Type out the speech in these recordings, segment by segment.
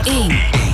1.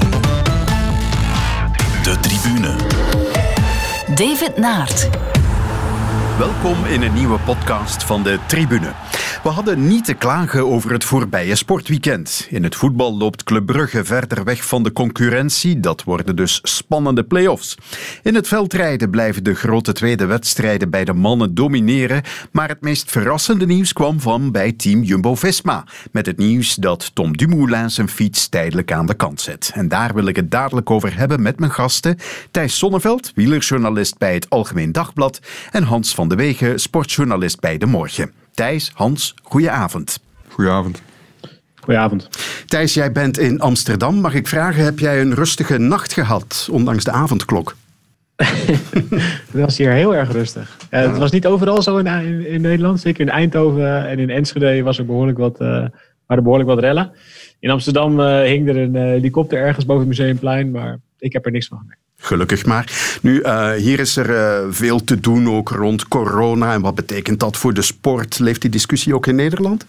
De tribune. David Naert. Welkom in een nieuwe podcast van de Tribune. We hadden niet te klagen over het voorbije sportweekend. In het voetbal loopt Club Brugge verder weg van de concurrentie. Dat worden dus spannende play-offs. In het veldrijden blijven de grote tweede wedstrijden bij de mannen domineren. Maar het meest verrassende nieuws kwam van bij team Jumbo-Visma. Met het nieuws dat Tom Dumoulin zijn fiets tijdelijk aan de kant zet. En daar wil ik het dadelijk over hebben met mijn gasten. Thijs Sonneveld, wielerjournalist bij het Algemeen Dagblad. En Hans van de Wegen, sportjournalist bij De Morgen. Thijs, Hans, goedenavond. Goedenavond. Goedenavond. Thijs, jij bent in Amsterdam. Mag ik vragen, heb jij een rustige nacht gehad, ondanks de avondklok? Het was hier heel erg rustig. Het was niet overal zo in Nederland. Zeker in Eindhoven en in Enschede waren behoorlijk wat rellen. In Amsterdam hing er een helikopter ergens boven het Museumplein, maar ik heb er niks van gemerkt. Gelukkig maar. Nu, hier is er veel te doen ook rond corona. En wat betekent dat voor de sport? Leeft die discussie ook in Nederland?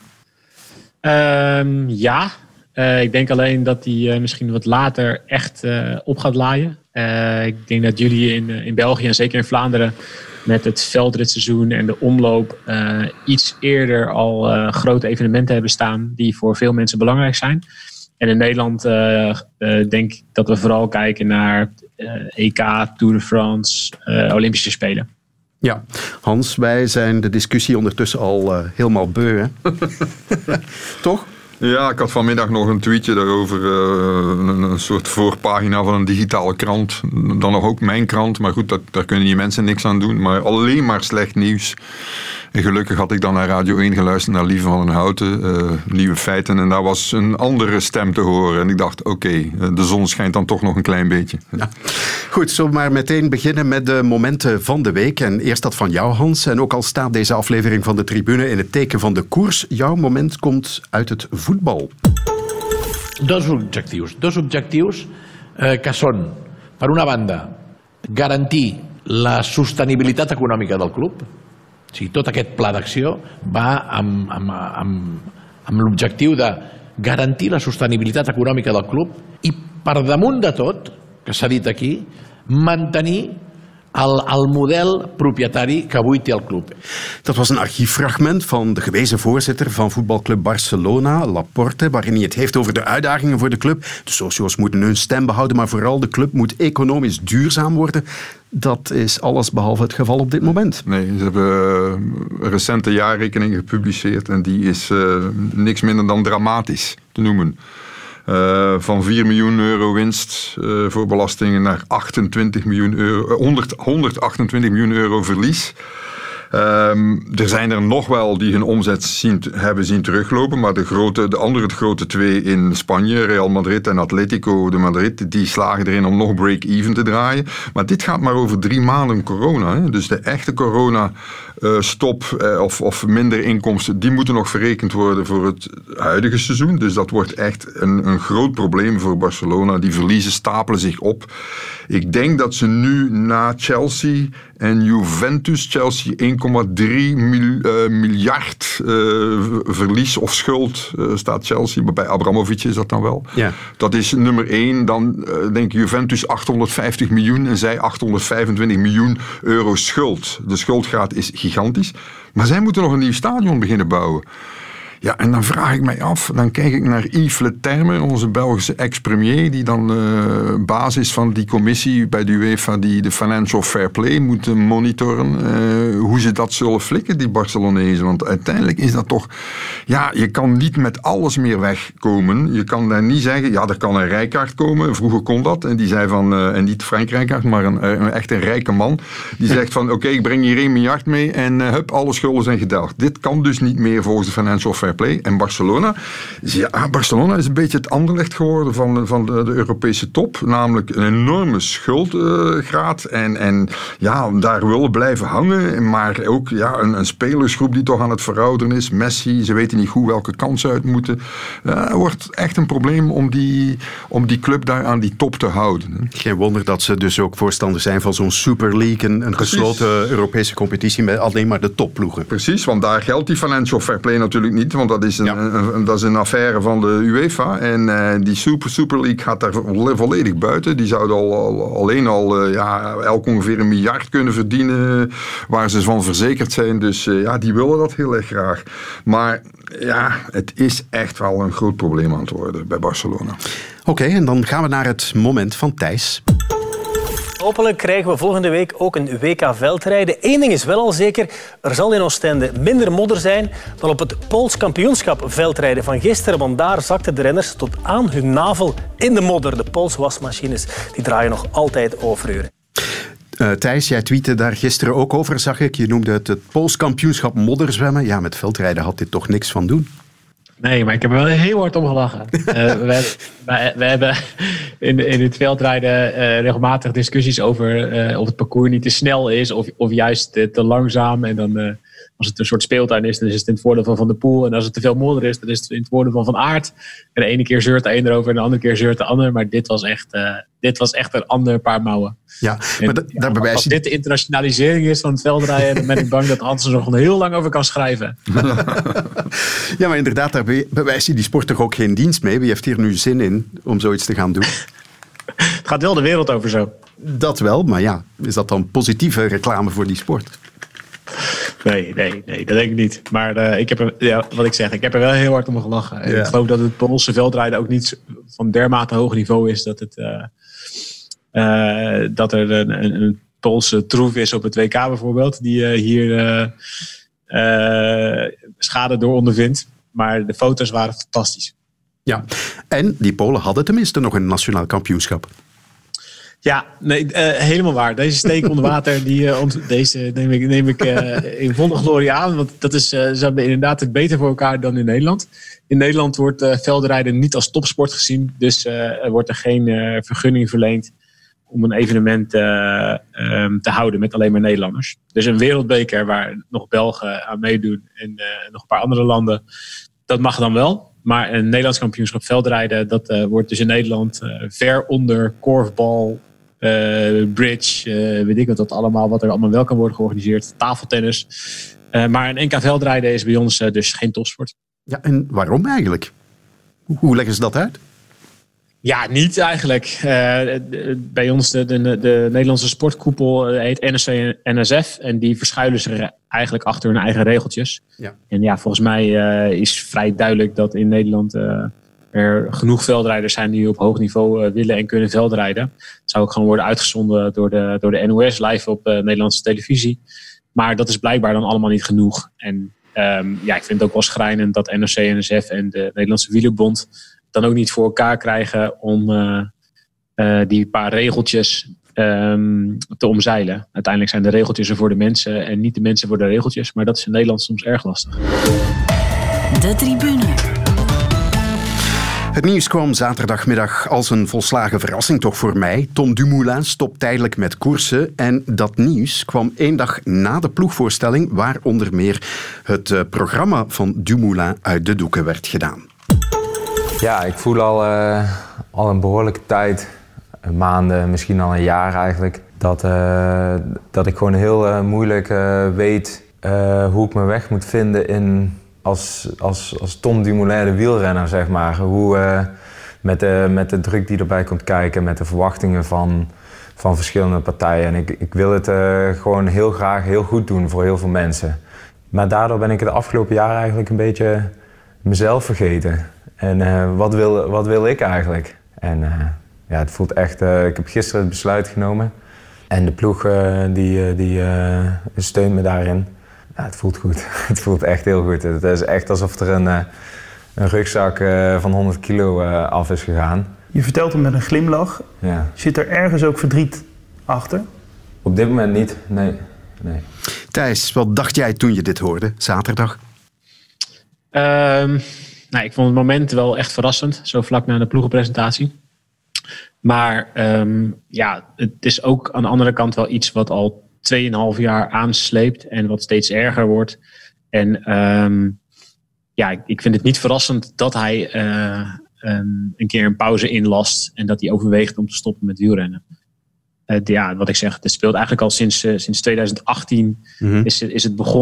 Ja. Ik denk alleen dat die misschien wat later echt op gaat laaien. Ik denk dat jullie in België en zeker in Vlaanderen met het veldritseizoen en de omloop iets eerder al grote evenementen hebben staan die voor veel mensen belangrijk zijn. En in Nederland denk ik dat we vooral kijken naar EK, Tour de France, Olympische Spelen. Ja, Hans, wij zijn de discussie ondertussen al helemaal beu, hè? Toch? Ja, ik had vanmiddag nog een tweetje daarover. Een soort voorpagina van een digitale krant. Dan nog ook mijn krant. Maar goed, daar kunnen die mensen niks aan doen. Maar alleen maar slecht nieuws. En gelukkig had ik dan naar Radio 1 geluisterd, naar Lieve van den Houten. Nieuwe feiten. En daar was een andere stem te horen. En ik dacht, oké, de zon schijnt dan toch nog een klein beetje. Ja. Goed, zullen we maar meteen beginnen met de momenten van de week. En eerst dat van jou, Hans. En ook al staat deze aflevering van de Tribune in het teken van de koers, jouw moment komt uit het voetbal. Dos objectius que són, per una banda, garantir la sostenibilitat econòmica del club. O sigui, tot aquest pla d'acció va amb l'objectiu de garantir la sostenibilitat econòmica del club i, per damunt de tot, que s'ha dit aquí, mantenir el model proprietari que avui té el club. Dat was een archieffragment van de gewezen voorzitter van voetbalclub Barcelona, Laporte, waarin hij het heeft over de uitdagingen voor de club. De socio's moeten hun stem behouden, maar vooral de club moet economisch duurzaam worden. Dat is alles behalve het geval op dit moment. Nee, ze hebben een recente jaarrekening gepubliceerd en die is niks minder dan dramatisch te noemen. Van 4 miljoen euro winst voor belastingen naar 128 miljoen euro verlies. Er zijn er nog wel die hun omzet hebben zien teruglopen, maar de andere grote twee in Spanje, Real Madrid en Atletico de Madrid, die slagen erin om nog break-even te draaien. Maar dit gaat maar over 3 maanden corona. Hè? Dus de echte corona stop of minder inkomsten, die moeten nog verrekend worden voor het huidige seizoen. Dus dat wordt echt een groot probleem voor Barcelona. Die verliezen stapelen zich op. Ik denk dat ze nu na Chelsea en Juventus, Chelsea 1,3 miljard verlies of schuld staat Chelsea, maar bij Abramovic is dat dan wel. Ja. Dat is nummer 1. Dan denk ik Juventus 850 miljoen en zij 825 miljoen euro schuld. De schuldgraad is gigantisch. Maar zij moeten nog een nieuw stadion beginnen bouwen. Ja, en dan vraag ik mij af, dan kijk ik naar Yves Le Terme, onze Belgische ex-premier, die dan baas is van die commissie bij de UEFA die de Financial Fair Play moet monitoren. Hoe ze dat zullen flikken, die Barcelonezen. Want uiteindelijk is dat toch... Ja, je kan niet met alles meer wegkomen. Je kan daar niet zeggen, ja, er kan een Rijkaard komen. Vroeger kon dat. En die zei van, en niet Frank Rijkaard, maar echt een rijke man. Die zegt van, oké, ik breng hier 1 miljard mee en hup, alle schulden zijn gedelgd. Dit kan dus niet meer volgens de Financial Fair Play. En Barcelona is een beetje het Anderlecht geworden van de Europese top. Namelijk een enorme schuldgraad. En ja, daar willen blijven hangen. Maar ook een spelersgroep die toch aan het verouderen is. Messi, ze weten niet goed welke kant ze uit moeten. Het wordt echt een probleem om die club daar aan die top te houden. Hè. Geen wonder dat ze dus ook voorstander zijn van zo'n Super League. Een gesloten Europese competitie met alleen maar de topploegen. Precies, want daar geldt die Financial Fair Play natuurlijk niet. want dat is een affaire van de UEFA. En die Super League gaat daar volledig buiten. Die zouden alleen al elk ongeveer $1 miljard kunnen verdienen, waar ze van verzekerd zijn. Dus die willen dat heel erg graag. Maar ja, het is echt wel een groot probleem aan het worden bij Barcelona. Oké, en dan gaan we naar het moment van Thijs. Hopelijk krijgen we volgende week ook een WK veldrijden. Eén ding is wel al zeker, er zal in Oostende minder modder zijn dan op het Pools kampioenschap veldrijden van gisteren, want daar zakten de renners tot aan hun navel in de modder. De Poolse wasmachines die draaien nog altijd overuren. Thijs, jij tweette daar gisteren ook over, zag ik. Je noemde het Pools kampioenschap modderzwemmen. Ja, met veldrijden had dit toch niks van doen? Nee, maar ik heb er wel heel hard om gelachen. We hebben in het veldrijden regelmatig discussies over of het parcours niet te snel is of juist te langzaam. En dan als het een soort speeltuin is, dan is het in het voordeel van Van der Poel. En als het te veel modder is, dan is het in het voordeel van Van Aert. En de ene keer zeurt de een erover en de andere keer zeurt de ander. Maar dit was echt een ander paar mouwen. Ja, maar als dit de internationalisering is van het veldrijden, dan ben ik bang dat Hans er nog heel lang over kan schrijven. Ja, maar inderdaad, daar bewijst je die sport toch ook geen dienst mee? Wie heeft hier nu zin in om zoiets te gaan doen? Het gaat wel de wereld over zo. Dat wel, maar ja, is dat dan positieve reclame voor die sport? Nee, dat denk ik niet. Maar ik heb er wel heel hard om gelachen. Ja. Ik geloof dat het Poolse veldrijden ook niet van dermate hoog niveau is dat er een Poolse troef is op het WK bijvoorbeeld, die hier schade door ondervindt. Maar de foto's waren fantastisch. Ja, en die Polen hadden tenminste nog een nationaal kampioenschap. Ja, nee, helemaal waar. Deze steek onder water, deze neem ik in volle glorie aan. Want ze hebben inderdaad het beter voor elkaar dan in Nederland. In Nederland wordt veldrijden niet als topsport gezien. Dus er wordt er geen vergunning verleend om een evenement te houden met alleen maar Nederlanders. Dus een wereldbeker waar nog Belgen aan meedoen en nog een paar andere landen, dat mag dan wel. Maar een Nederlands kampioenschap veldrijden, dat wordt dus in Nederland ver onder korfbal, bridge, weet ik wat allemaal, wat er allemaal wel kan worden georganiseerd, tafeltennis. Maar een NK veldrijden is bij ons dus geen topsport. Ja, en waarom eigenlijk? Hoe leggen ze dat uit? Ja, niet eigenlijk. Bij ons de Nederlandse sportkoepel heet NSC-NSF en die verschuilen zich eigenlijk achter hun eigen regeltjes. Ja. En ja, volgens mij is vrij duidelijk dat in Nederland er genoeg veldrijders zijn die op hoog niveau willen en kunnen veldrijden. Het zou ook gewoon worden uitgezonden door de NOS live op Nederlandse televisie. Maar dat is blijkbaar dan allemaal niet genoeg. En ik vind het ook wel schrijnend dat NOC-NSF en de Nederlandse Wielerbond dan ook niet voor elkaar krijgen om die paar regeltjes te omzeilen. Uiteindelijk zijn de regeltjes er voor de mensen en niet de mensen voor de regeltjes. Maar dat is in Nederland soms erg lastig. De Tribune. Het nieuws kwam zaterdagmiddag als een volslagen verrassing, toch voor mij. Tom Dumoulin stopt tijdelijk met koersen. En dat nieuws kwam 1 dag na de ploegvoorstelling, waar onder meer het programma van Dumoulin uit de doeken werd gedaan. Ja, ik voel al een behoorlijke tijd, maanden, misschien al een jaar eigenlijk, dat ik gewoon heel moeilijk weet hoe ik mijn weg moet vinden als Tom Dumoulin, de wielrenner, zeg maar. Hoe met de druk die erbij komt kijken, met de verwachtingen van verschillende partijen. En ik wil het gewoon heel graag heel goed doen voor heel veel mensen. Maar daardoor ben ik het afgelopen jaar eigenlijk een beetje mezelf vergeten. En wat wil ik eigenlijk? En het voelt echt. Ik heb gisteren het besluit genomen. En de ploeg die steunt me daarin. Ja, het voelt goed. Het voelt echt heel goed. Het is echt alsof er een rugzak van 100 kilo af is gegaan. Je vertelt hem met een glimlach. Ja. Zit er ergens ook verdriet achter? Op dit moment niet, nee. Thijs, wat dacht jij toen je dit hoorde, zaterdag? Ik vond het moment wel echt verrassend, zo vlak na de ploegenpresentatie. Maar het is ook aan de andere kant wel iets wat al 2,5 jaar aansleept en wat steeds erger wordt. En ik vind het niet verrassend dat hij een keer een pauze inlast en dat hij overweegt om te stoppen met wielrennen. Wat ik zeg, het speelt eigenlijk al sinds 2018 is het begonnen.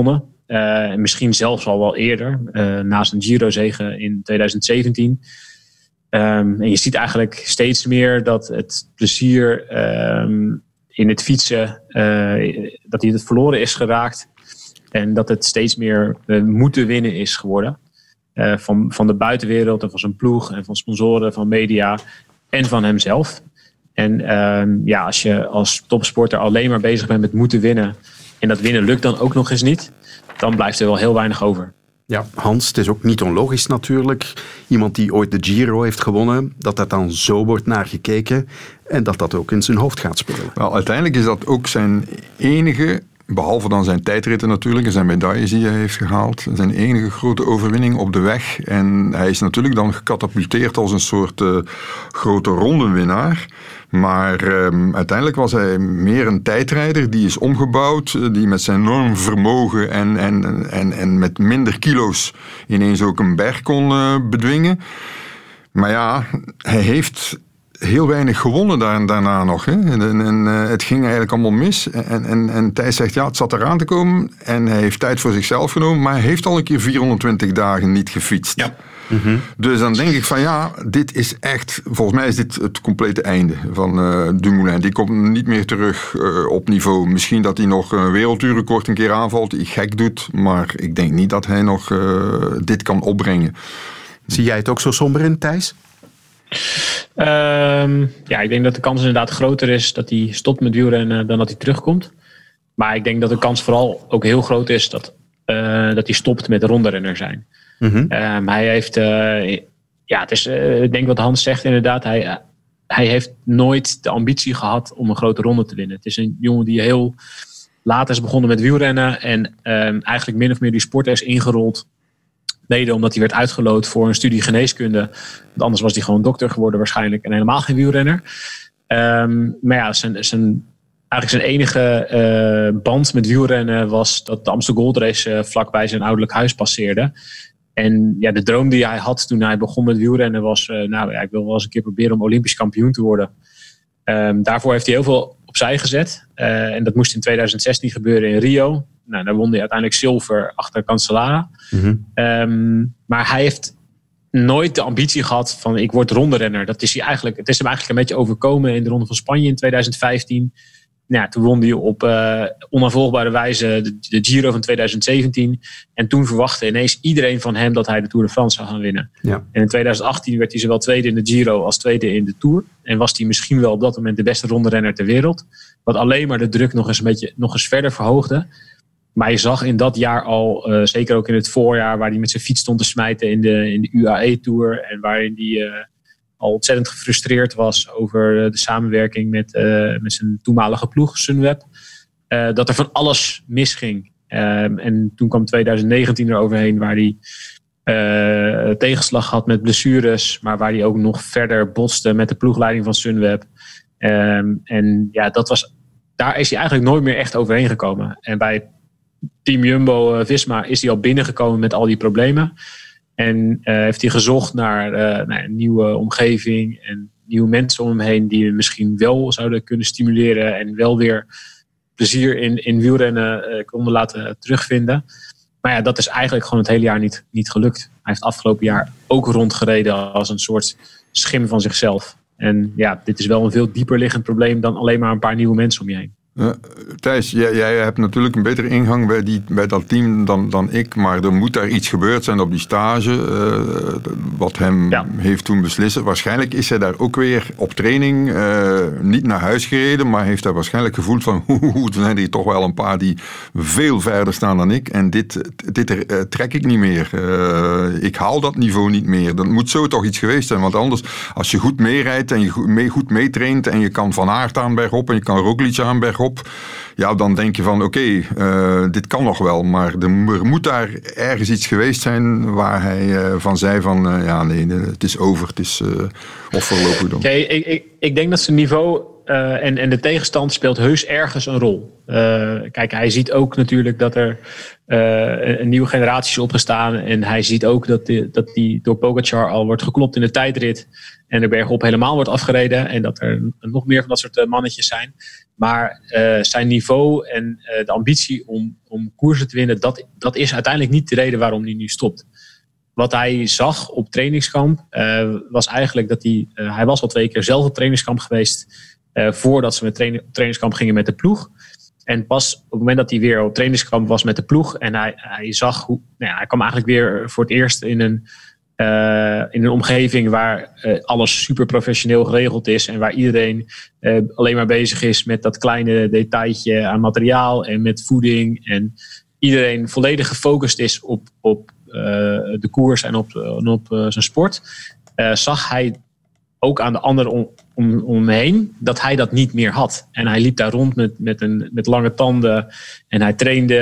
Misschien zelfs al wel eerder, naast een Giro-zege in 2017. En je ziet eigenlijk steeds meer dat het plezier in het fietsen, dat het verloren is geraakt. En dat het steeds meer moeten winnen is geworden. Van de buitenwereld en van zijn ploeg en van sponsoren, van media en van hemzelf. En als je als topsporter alleen maar bezig bent met moeten winnen en dat winnen lukt dan ook nog eens niet, dan blijft er wel heel weinig over. Ja, Hans, het is ook niet onlogisch natuurlijk. Iemand die ooit de Giro heeft gewonnen, dat dan zo wordt naar gekeken en dat ook in zijn hoofd gaat spelen. Wel, uiteindelijk is dat ook zijn enige, behalve dan zijn tijdritten natuurlijk en zijn medailles die hij heeft gehaald, zijn enige grote overwinning op de weg. En hij is natuurlijk dan gecatapulteerd als een soort grote rondewinnaar. Maar uiteindelijk was hij meer een tijdrijder die is omgebouwd, die met zijn enorm vermogen en met minder kilo's ineens ook een berg kon bedwingen. Maar ja, hij heeft heel weinig gewonnen daarna nog. Hè? En het ging eigenlijk allemaal mis. En Thijs zegt, ja, het zat eraan te komen. En hij heeft tijd voor zichzelf genomen. Maar hij heeft al een keer 420 dagen niet gefietst. Ja. Mm-hmm. Dus dan denk ik van ja, dit is echt, volgens mij is dit het complete einde van Dumoulin. Die komt niet meer terug op niveau. Misschien dat hij nog een werelduurrecord een keer aanvalt, die gek doet. Maar ik denk niet dat hij nog dit kan opbrengen. Zie jij het ook zo somber in, Thijs? Ik denk dat de kans inderdaad groter is dat hij stopt met wielrennen dan dat hij terugkomt. Maar ik denk dat de kans vooral ook heel groot is dat hij stopt met rondrenner zijn. Mm-hmm. Hij heeft, het is, ik denk wat Hans zegt inderdaad, hij heeft nooit de ambitie gehad om een grote ronde te winnen. Het is een jongen die heel laat is begonnen met wielrennen en eigenlijk min of meer die sport is ingerold. Mede omdat hij werd uitgeloot voor een studie geneeskunde. Want anders was hij gewoon dokter geworden waarschijnlijk en helemaal geen wielrenner. Maar ja, zijn enige band met wielrennen was dat de Amstel Gold Race vlakbij zijn ouderlijk huis passeerde. En ja, de droom die hij had toen hij begon met wielrennen was, ik wil wel eens een keer proberen om Olympisch kampioen te worden. Daarvoor heeft hij heel veel opzij gezet. En dat moest in 2016 gebeuren in Rio. Nou, daar won hij uiteindelijk zilver achter Cancellara. Mm-hmm. Maar hij heeft nooit de ambitie gehad van ik word ronderenner. Het is hem eigenlijk een beetje overkomen in de Ronde van Spanje in 2015. Nou, toen won hij op onafvolgbare wijze de Giro van 2017. En toen verwachtte ineens iedereen van hem dat hij de Tour de France zou gaan winnen. Ja. En in 2018 werd hij zowel tweede in de Giro als tweede in de Tour. En was hij misschien wel op dat moment de beste ronderenner ter wereld. Wat alleen maar de druk nog eens verder verhoogde. Maar je zag in dat jaar al, zeker ook in het voorjaar, waar hij met zijn fiets stond te smijten in de UAE-tour. En waarin hij al ontzettend gefrustreerd was over de samenwerking met zijn toenmalige ploeg, Sunweb. Dat er van alles misging. En toen kwam 2019 eroverheen, waar hij tegenslag had met blessures. Maar waar hij ook nog verder botste met de ploegleiding van Sunweb. Daar is hij eigenlijk nooit meer echt overheen gekomen. En bij Team Jumbo-Visma is hij al binnengekomen met al die problemen. En heeft hij gezocht naar een nieuwe omgeving en nieuwe mensen om hem heen die hem misschien wel zouden kunnen stimuleren en wel weer plezier in wielrennen konden laten terugvinden. Maar ja, dat is eigenlijk gewoon het hele jaar niet gelukt. Hij heeft afgelopen jaar ook rondgereden als een soort schim van zichzelf. En ja, dit is wel een veel dieper liggend probleem dan alleen maar een paar nieuwe mensen om je heen. Thijs, jij hebt natuurlijk een betere ingang bij dat team dan ik, maar er moet daar iets gebeurd zijn op die stage, wat hem heeft toen beslissen. Waarschijnlijk is hij daar ook weer op training niet naar huis gereden, maar heeft hij waarschijnlijk gevoeld van er zijn hier toch wel een paar die veel verder staan dan ik en dit trek ik niet meer. Ik haal dat niveau niet meer. Dat moet zo toch iets geweest zijn, want anders, als je goed meerijdt en je goed meetraint en je kan Van Aert aan bergop en je kan Roglic aan bergop, ja, dan denk je van oké, dit kan nog wel, maar er moet daar ergens iets geweest zijn waar hij van zei van het is over, het is of voorlopig dan. Ik denk dat zijn niveau en de tegenstand speelt heus ergens een rol. Kijk, hij ziet ook natuurlijk dat er een nieuwe generatie is opgestaan. En hij ziet ook dat die door Pogacar al wordt geklopt in de tijdrit. En de bergop helemaal wordt afgereden. En dat er nog meer van dat soort mannetjes zijn. Maar zijn niveau en de ambitie om koersen te winnen, dat is uiteindelijk niet de reden waarom hij nu stopt. Wat hij zag op trainingskamp was eigenlijk dat hij was al 2 keer zelf op trainingskamp geweest voordat ze met trainingskamp gingen met de ploeg. En pas op het moment dat hij weer op trainingskamp was met de ploeg en hij zag hoe, hij kwam eigenlijk weer voor het eerst in een omgeving waar alles super professioneel geregeld is en waar iedereen alleen maar bezig is met dat kleine detailtje aan materiaal en met voeding en iedereen volledig gefocust is op de koers en op zijn sport, zag hij ook aan de anderen om me heen dat hij dat niet meer had. En hij liep daar rond met lange tanden en hij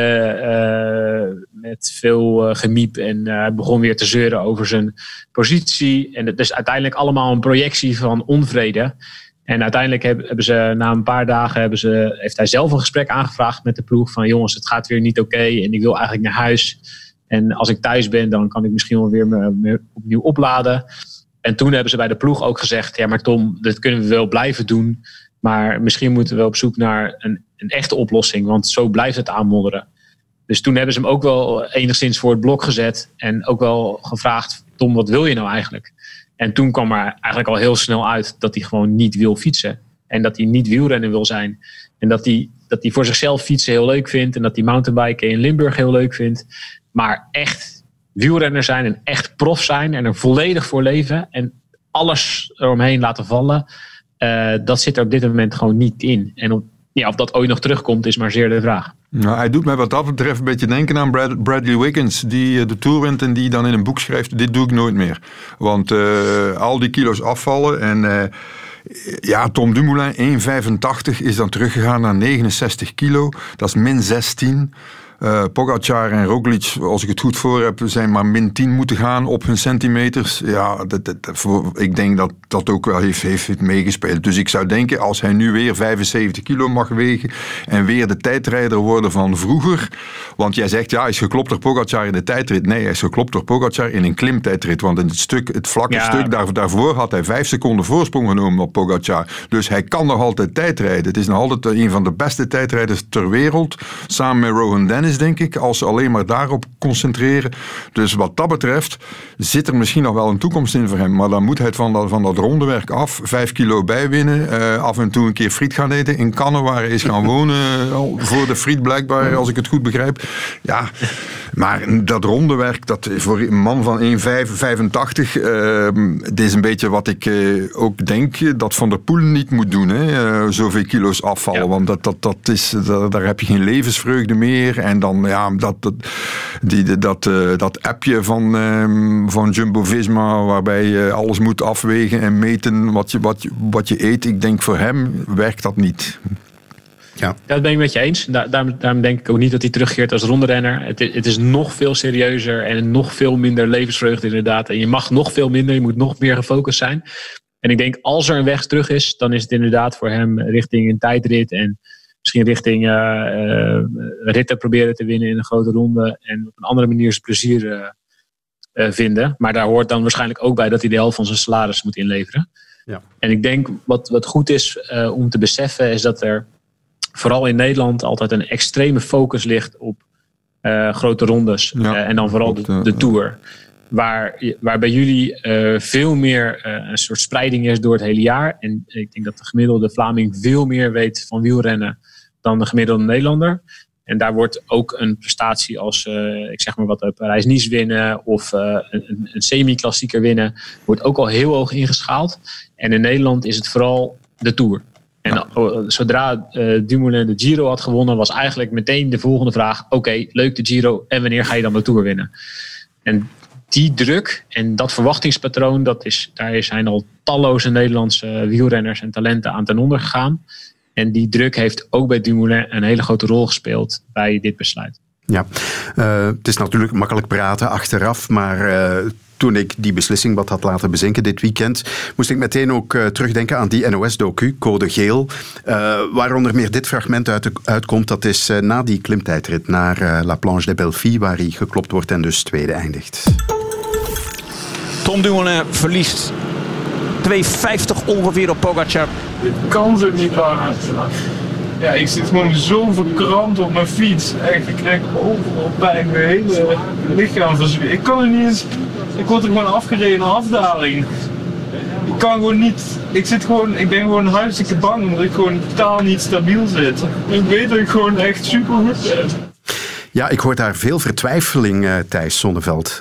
trainde met veel gemiep en hij begon weer te zeuren over zijn positie. En het is uiteindelijk allemaal een projectie van onvrede. En uiteindelijk hebben ze na een paar dagen heeft hij zelf een gesprek aangevraagd met de ploeg van jongens, het gaat weer niet oké en ik wil eigenlijk naar huis. En als ik thuis ben, dan kan ik misschien wel weer me opnieuw opladen. En toen hebben ze bij de ploeg ook gezegd, ja maar Tom, dat kunnen we wel blijven doen. Maar misschien moeten we op zoek naar een echte oplossing, want zo blijft het aanmodderen. Dus toen hebben ze hem ook wel enigszins voor het blok gezet. En ook wel gevraagd, Tom, wat wil je nou eigenlijk? En toen kwam er eigenlijk al heel snel uit dat hij gewoon niet wil fietsen. En dat hij niet wielrenner wil zijn. En dat hij voor zichzelf fietsen heel leuk vindt. En dat hij mountainbiken in Limburg heel leuk vindt. Maar echt wielrenner zijn en echt prof zijn. En er volledig voor leven. En alles eromheen laten vallen. Dat zit er op dit moment gewoon niet in. En of dat ooit nog terugkomt is maar zeer de vraag. Nou, hij doet mij wat dat betreft een beetje denken aan Bradley Wiggins, die de Tour wint en die dan in een boek schrijft, dit doe ik nooit meer. Want al die kilo's afvallen en Tom Dumoulin, 1,85 is dan teruggegaan naar 69 kilo. Dat is min 16. Pogacar en Roglic, als ik het goed voor heb, zijn maar min 10 moeten gaan op hun centimeters. Ja, ik denk dat dat ook wel heeft meegespeeld. Dus ik zou denken, als hij nu weer 75 kilo mag wegen en weer de tijdrijder worden van vroeger. Want jij zegt, ja, hij is geklopt door Pogacar in de tijdrit. Nee, hij is geklopt door Pogacar in een klimtijdrit. Want in het vlakke stuk daarvoor had hij 5 seconden voorsprong genomen op Pogacar. Dus hij kan nog altijd tijdrijden. Het is nog altijd een van de beste tijdrijders ter wereld. Samen met Rohan Dennis, denk ik, als ze alleen maar daarop concentreren. Dus wat dat betreft zit er misschien nog wel een toekomst in voor hem. Maar dan moet hij van dat rondewerk af, 5 kilo bijwinnen, af en toe een keer friet gaan eten in Cannes, waar hij is gaan wonen voor de friet blijkbaar, als ik het goed begrijp. Ja, maar dat rondewerk, dat voor een man van 1,85, dit is een beetje wat ik ook denk dat Van der Poel niet moet doen. Zoveel kilo's afvallen, ja. Want daar heb je geen levensvreugde meer. En dan dat appje van Jumbo-Visma, waarbij je alles moet afwegen en meten wat je eet. Ik denk voor hem werkt dat niet. Ja, dat ben ik met je eens. Daarom denk ik ook niet dat hij terugkeert als ronderenner. Het is nog veel serieuzer en nog veel minder levensvreugde inderdaad. En je mag nog veel minder, je moet nog meer gefocust zijn. En ik denk, als er een weg terug is, dan is het inderdaad voor hem richting een tijdrit en misschien richting ritten proberen te winnen in een grote ronde en op een andere manier zijn plezier vinden. Maar daar hoort dan waarschijnlijk ook bij dat hij de helft van zijn salaris moet inleveren. Ja. En ik denk wat goed is om te beseffen is dat er vooral in Nederland altijd een extreme focus ligt op grote rondes. Ja, en dan vooral de Tour. Waar bij jullie veel meer een soort spreiding is door het hele jaar. En ik denk dat de gemiddelde Vlaming veel meer weet van wielrennen dan de gemiddelde Nederlander. En daar wordt ook een prestatie als, ik zeg maar wat, Parijs-Nice winnen of een semi-klassieker winnen, wordt ook al heel hoog ingeschaald. En in Nederland is het vooral de Tour. En zodra Dumoulin de Giro had gewonnen, was eigenlijk meteen de volgende vraag: oké, leuk de Giro, en wanneer ga je dan de Tour winnen? En die druk en dat verwachtingspatroon, daar zijn al talloze Nederlandse wielrenners en talenten aan ten onder gegaan. En die druk heeft ook bij Dumoulin een hele grote rol gespeeld bij dit besluit. Ja, het is natuurlijk makkelijk praten achteraf, maar toen ik die beslissing wat had laten bezinken dit weekend, moest ik meteen ook terugdenken aan die NOS-docu, Code Geel, waar onder meer dit fragment uitkomt. Dat is na die klimtijdrit naar La Planche de Belleville, waar hij geklopt wordt en dus tweede eindigt. Tom Dumoulin verliest 2,50 ongeveer op Pogacar. Dit kan zo niet langer. Ja, ik zit gewoon zo verkrampt op mijn fiets. Echt, ik krijg overal pijn, mijn hele lichaam verzweten. Ik kan er niet eens... Ik word er gewoon afgereden in een afdaling. Ik kan gewoon niet... Ik ben gewoon hartstikke bang, omdat ik gewoon totaal niet stabiel zit. Ik weet dat ik gewoon echt super goed ben. Ja, ik hoor daar veel vertwijfeling, Thijs Sonneveld.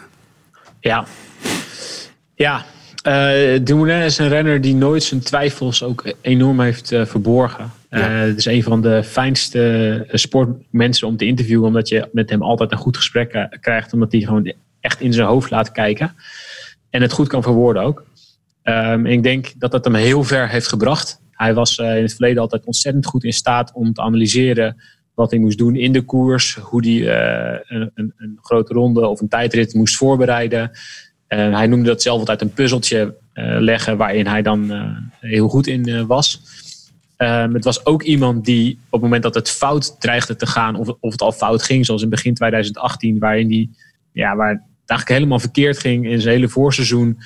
Ja. Dumoulin is een renner die nooit zijn twijfels ook enorm heeft verborgen. Het is een van de fijnste sportmensen om te interviewen, omdat je met hem altijd een goed gesprek krijgt, omdat hij gewoon echt in zijn hoofd laat kijken. En het goed kan verwoorden ook. En ik denk dat dat hem heel ver heeft gebracht. Hij was in het verleden altijd ontzettend goed in staat om te analyseren wat hij moest doen in de koers, hoe hij een grote ronde of een tijdrit moest voorbereiden. Hij noemde dat zelf altijd een puzzeltje leggen waarin hij dan heel goed in was. Het was ook iemand die op het moment dat het fout dreigde te gaan, of het al fout ging, zoals in begin 2018, waarin waar het eigenlijk helemaal verkeerd ging in zijn hele voorseizoen,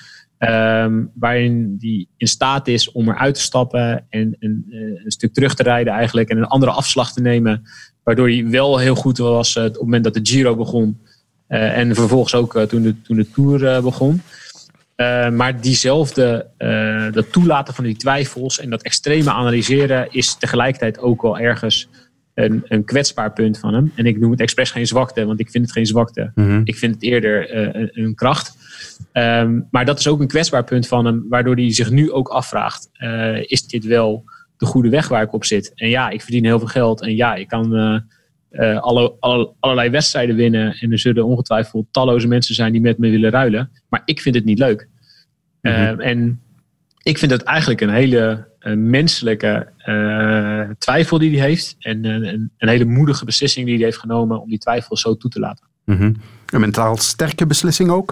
waarin hij in staat is om eruit te stappen en een stuk terug te rijden eigenlijk en een andere afslag te nemen, waardoor hij wel heel goed was op het moment dat de Giro begon. En vervolgens ook toen de Tour begon. Maar diezelfde, dat toelaten van die twijfels en dat extreme analyseren is tegelijkertijd ook wel ergens een kwetsbaar punt van hem. En ik noem het expres geen zwakte, want ik vind het geen zwakte. Mm-hmm. Ik vind het eerder een kracht. Maar dat is ook een kwetsbaar punt van hem, waardoor hij zich nu ook afvraagt, is dit wel de goede weg waar ik op zit? En ja, ik verdien heel veel geld en ja, ik kan... allerlei wedstrijden winnen. En er zullen ongetwijfeld talloze mensen zijn die met me willen ruilen. Maar ik vind het niet leuk. Mm-hmm. En ik vind het eigenlijk een hele menselijke twijfel die hij heeft. En een hele moedige beslissing die hij heeft genomen om die twijfel zo toe te laten. Mm-hmm. Een mentaal sterke beslissing ook?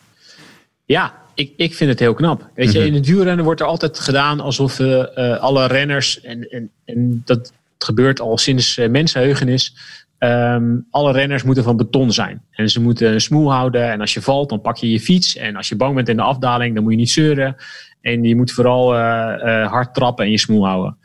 Ja, ik vind het heel knap. Weet je, in het wielrennen wordt er altijd gedaan alsof alle renners... En dat gebeurt al sinds mensenheugenis. Alle renners moeten van beton zijn. En ze moeten een smoel houden. En als je valt, dan pak je je fiets. En als je bang bent in de afdaling, dan moet je niet zeuren. En je moet vooral hard trappen en je smoel houden.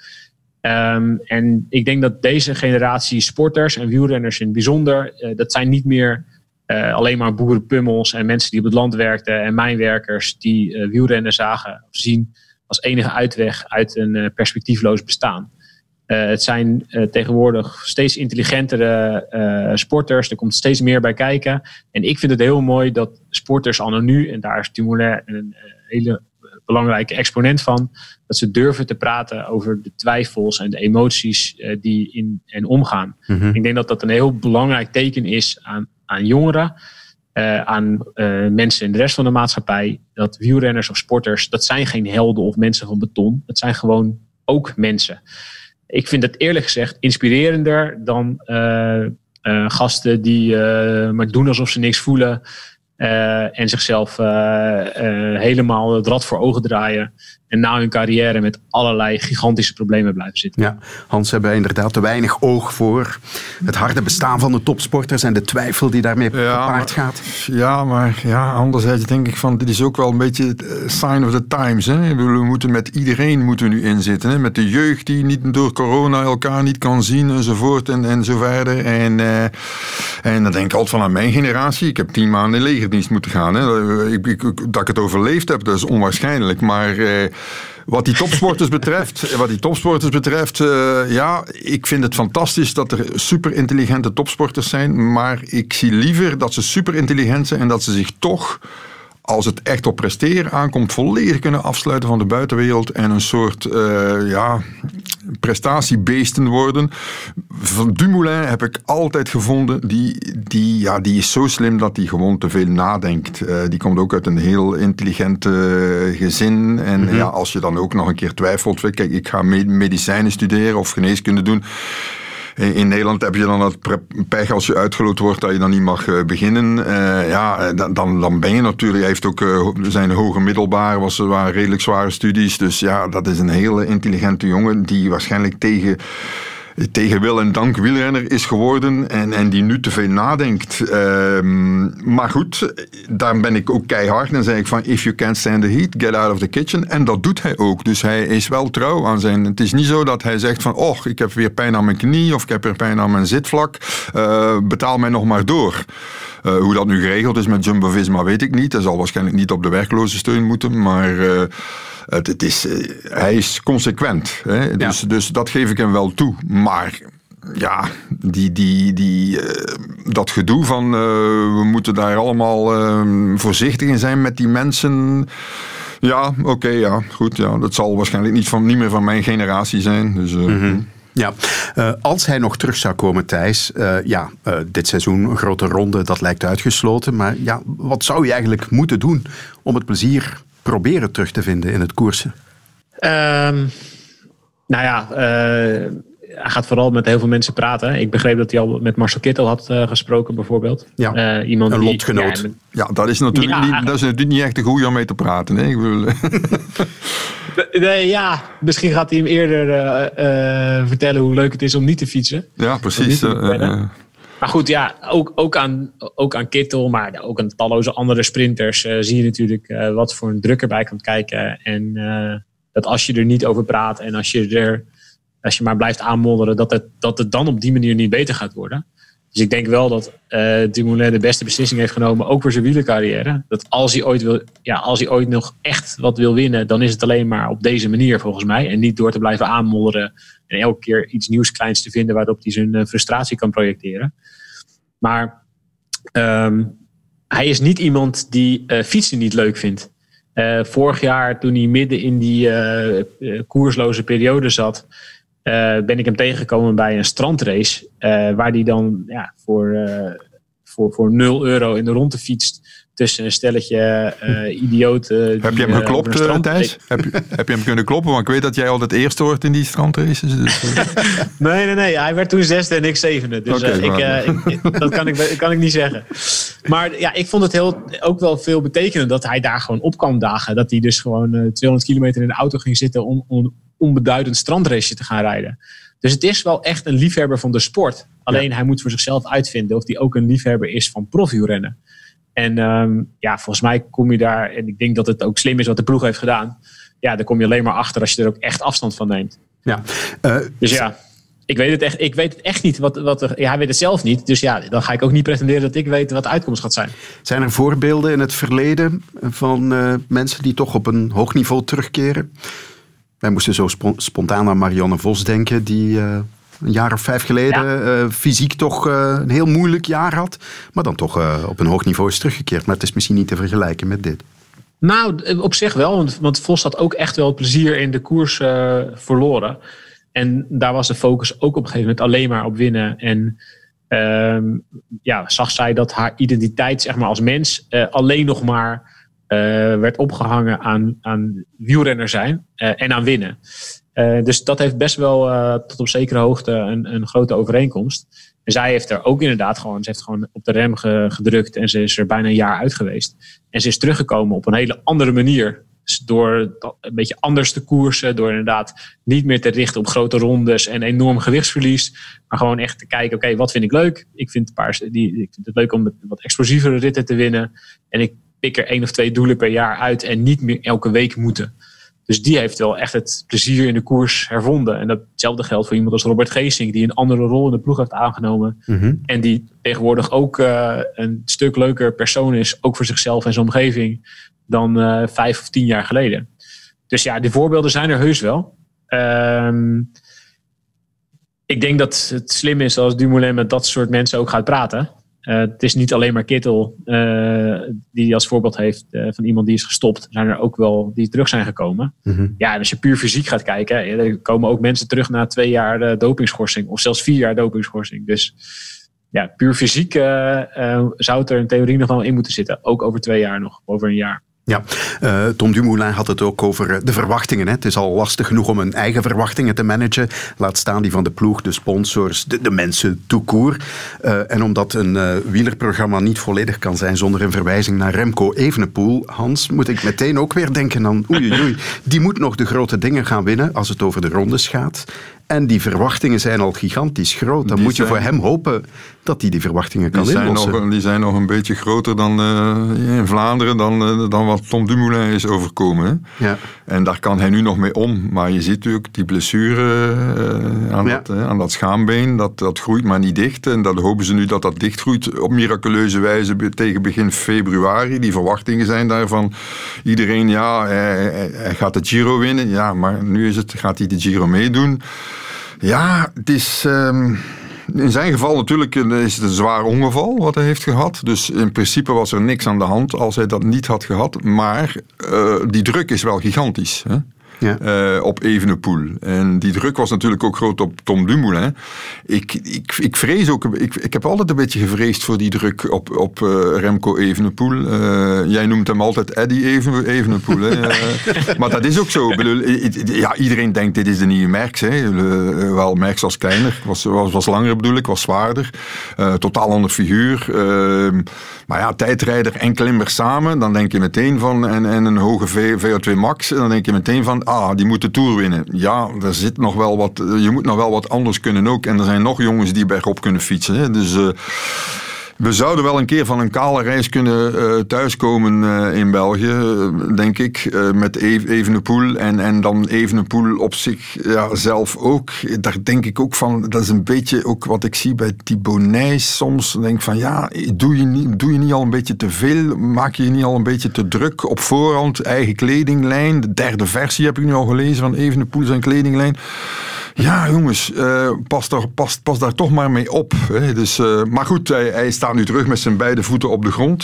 En ik denk dat deze generatie sporters en wielrenners in het bijzonder... dat zijn niet meer alleen maar boerenpummels en mensen die op het land werkten... en mijnwerkers die wielrennen zagen of zien als enige uitweg uit een perspectiefloos bestaan. Het zijn tegenwoordig steeds intelligentere sporters. Er komt steeds meer bij kijken. En ik vind het heel mooi dat sporters anno nu... en daar is Dumoulin een hele belangrijke exponent van... dat ze durven te praten over de twijfels en de emoties die in en omgaan. Mm-hmm. Ik denk dat dat een heel belangrijk teken is aan jongeren... aan mensen in de rest van de maatschappij... dat wielrenners of sporters... dat zijn geen helden of mensen van beton. Het zijn gewoon ook mensen... Ik vind het eerlijk gezegd inspirerender dan gasten die maar doen alsof ze niks voelen. En zichzelf helemaal het rad voor ogen draaien. En na hun carrière met allerlei gigantische problemen blijven zitten. Ja, Hans, hebben inderdaad te weinig oog voor het harde bestaan van de topsporters en de twijfel die daarmee gepaard gaat. Maar anderzijds denk ik van, dit is ook wel een beetje sign of the times. Hè? We moeten met iedereen nu inzitten. Hè? Met de jeugd die niet door corona elkaar niet kan zien enzovoort en zo verder. En dan denk ik altijd van aan mijn generatie. Ik heb 10 maanden in legerdienst moeten gaan. Hè? Dat ik het overleefd heb, dat is onwaarschijnlijk. Maar wat die topsporters betreft, ik vind het fantastisch dat er super intelligente topsporters zijn, maar ik zie liever dat ze super intelligent zijn en dat ze zich toch, als het echt op presteren aankomt, volledig kunnen afsluiten van de buitenwereld en een soort prestatiebeesten worden. Van Dumoulin heb ik altijd gevonden, die is zo slim dat hij gewoon te veel nadenkt. Die komt ook uit een heel intelligent gezin. En als je dan ook nog een keer twijfelt, kijk, ik ga medicijnen studeren of geneeskunde doen. In Nederland heb je dan dat pech als je uitgeloot wordt dat je dan niet mag beginnen. Dan ben je natuurlijk... Hij heeft ook zijn hoger middelbaar, waren redelijk zware studies. Dus ja, dat is een hele intelligente jongen die waarschijnlijk tegen wil en dank wielrenner is geworden en die nu te veel nadenkt. Maar goed, daar ben ik ook keihard. Dan zeg ik van, if you can't stand the heat, get out of the kitchen. En dat doet hij ook. Dus hij is wel trouw aan zijn... Het is niet zo dat hij zegt van, ik heb weer pijn aan mijn knie of ik heb weer pijn aan mijn zitvlak. Betaal mij nog maar door. Hoe dat nu geregeld is met Jumbo-Visma weet ik niet. Hij zal waarschijnlijk niet op de werklozensteun moeten, maar... hij is consequent. Hè? Dus dat geef ik hem wel toe. Maar ja, dat gedoe van we moeten daar allemaal voorzichtig in zijn met die mensen. Ja, oké, goed. Ja, dat zal waarschijnlijk niet meer van mijn generatie zijn. Dus, Ja, als hij nog terug zou komen, Thijs, dit seizoen een grote ronde, dat lijkt uitgesloten. Maar ja, wat zou je eigenlijk moeten doen om het plezier proberen terug te vinden in het koersen? Hij gaat vooral met heel veel mensen praten. Ik begreep dat hij al met Marcel Kittel had gesproken, bijvoorbeeld. Ja, iemand een lotgenoot. Dat is natuurlijk niet echt een goeie om mee te praten. Hè? Misschien gaat hij hem eerder vertellen hoe leuk het is om niet te fietsen. Ja, precies. Maar goed, ja, ook aan Kittel, maar ook aan talloze andere sprinters zie je natuurlijk wat voor een druk erbij kan kijken. En dat als je er niet over praat en als je maar blijft aanmodderen, dat het dan op die manier niet beter gaat worden. Dus ik denk wel dat Dumoulin de beste beslissing heeft genomen, ook voor zijn wielercarrière. Dat als hij ooit nog echt wat wil winnen, dan is het alleen maar op deze manier volgens mij. En niet door te blijven aanmodderen en elke keer iets nieuws kleins te vinden waarop hij zijn frustratie kan projecteren. Maar hij is niet iemand die fietsen niet leuk vindt. Vorig jaar, toen hij midden in die koersloze periode zat, ben ik hem tegengekomen bij een strandrace. Waar hij dan voor €0 in de ronde fietst. Tussen een stelletje idioten. Heb je hem geklopt, Thijs? Heb je hem kunnen kloppen? Want ik weet dat jij altijd eerste wordt in die strandraces. Dus. Nee. Hij werd toen 6e en ik 7e. Dus dat kan ik niet zeggen. Maar ja, ik vond het ook wel veel betekenen dat hij daar gewoon op kwam dagen. Dat hij dus gewoon 200 kilometer in de auto ging zitten om een onbeduidend strandrace te gaan rijden. Dus het is wel echt een liefhebber van de sport. Alleen hij moet voor zichzelf uitvinden of hij ook een liefhebber is van profwielrennen. En volgens mij kom je daar, en ik denk dat het ook slim is wat de ploeg heeft gedaan. Ja, daar kom je alleen maar achter als je er ook echt afstand van neemt. Ja. Ik weet het echt niet. Hij weet het zelf niet. Dus ja, dan ga ik ook niet pretenderen dat ik weet wat de uitkomst gaat zijn. Zijn er voorbeelden in het verleden van mensen die toch op een hoog niveau terugkeren? Wij moesten zo spontaan aan Marianne Vos denken, die een jaar of 5 geleden fysiek toch een heel moeilijk jaar had. Maar dan toch op een hoog niveau is teruggekeerd. Maar het is misschien niet te vergelijken met dit. Nou, op zich wel. Want Vos had ook echt wel plezier in de koers verloren. En daar was de focus ook op een gegeven moment alleen maar op winnen. En zag zij dat haar identiteit, zeg maar, als mens alleen nog maar werd opgehangen aan wielrenner zijn en aan winnen. Dus dat heeft best wel tot op zekere hoogte een grote overeenkomst. En zij heeft er ook inderdaad gewoon op de rem gedrukt en ze is er bijna een jaar uit geweest. En ze is teruggekomen op een hele andere manier. Dus door een beetje anders te koersen, door inderdaad niet meer te richten op grote rondes en enorm gewichtsverlies. Maar gewoon echt te kijken, oké, wat vind ik leuk? Ik vind het leuk om wat explosievere ritten te winnen. En ik pik er 1 of 2 doelen per jaar uit en niet meer elke week moeten. Dus die heeft wel echt het plezier in de koers hervonden. En datzelfde geldt voor iemand als Robert Geesink, die een andere rol in de ploeg heeft aangenomen. Mm-hmm. En die tegenwoordig ook een stuk leuker persoon is, ook voor zichzelf en zijn omgeving, dan 5 of 10 jaar geleden. Dus ja, die voorbeelden zijn er heus wel. Ik denk dat het slim is als Dumoulin met dat soort mensen ook gaat praten. Het is niet alleen maar Kittel die als voorbeeld heeft van iemand die is gestopt. Er zijn er ook wel die terug zijn gekomen. Mm-hmm. Ja, en als je puur fysiek gaat kijken, er komen ook mensen terug na 2 jaar dopingschorsing. Of zelfs 4 jaar dopingschorsing. Dus ja, puur fysiek zou het er in theorie nog wel in moeten zitten. Ook over 2 jaar nog, over een jaar. Ja, Tom Dumoulin had het ook over de verwachtingen. Hè. Het is al lastig genoeg om hun eigen verwachtingen te managen. Laat staan die van de ploeg, de sponsors, de mensen tout court. En omdat een wielerprogramma niet volledig kan zijn zonder een verwijzing naar Remco Evenepoel, Hans, moet ik meteen ook weer denken aan oei, die moet nog de grote dingen gaan winnen als het over de rondes gaat. En die verwachtingen zijn al gigantisch groot. Dan moet je voor hem hopen dat hij die verwachtingen kan inlossen. Die zijn nog een beetje groter dan in Vlaanderen dan wat Tom Dumoulin is overkomen. Hè? Ja. En daar kan hij nu nog mee om. Maar je ziet natuurlijk die blessure aan dat schaambeen. Dat groeit maar niet dicht. En dan hopen ze nu dat dat dichtgroeit op miraculeuze wijze tegen begin februari. Die verwachtingen zijn daarvan. Iedereen, hij gaat de Giro winnen. Ja, maar nu gaat hij de Giro meedoen. Ja, het is... in zijn geval natuurlijk is het een zwaar ongeval wat hij heeft gehad. Dus in principe was er niks aan de hand als hij dat niet had gehad. Maar die druk is wel gigantisch. Hè? Ja. Op Evenepoel. En die druk was natuurlijk ook groot op Tom Dumoulin. Ik vrees ook... Ik heb altijd een beetje gevreesd voor die druk op Remco Evenepoel. Jij noemt hem altijd Eddie Evenepoel. Maar dat is ook zo. Iedereen denkt dit is de nieuwe Merckx. Wel, Merckx was kleiner. Was langer bedoel ik. Was zwaarder. Totaal ander figuur. Maar ja, tijdrijder en klimmer samen. Dan denk je meteen van... En een hoge VO2 max. Dan denk je meteen van... die moet de Tour winnen. Ja, er zit nog wel wat... Je moet nog wel wat anders kunnen ook. En er zijn nog jongens die bergop kunnen fietsen. Hè. Dus we zouden wel een keer van een kale reis kunnen thuiskomen in België, denk ik. Met Evenepoel. En dan Evenepoel op zich zelf ook. Daar denk ik ook van... Dat is een beetje ook wat ik zie bij Thibaut Nys soms. Dan denk ik van doe je niet al een beetje te veel? Maak je niet al een beetje te druk op voorhand? Eigen kledinglijn. De 3e versie heb ik nu al gelezen van Evenepoel zijn kledinglijn. Ja, jongens, pas daar toch maar mee op. Hè. Dus, maar goed, hij staat nu terug met zijn beide voeten op de grond.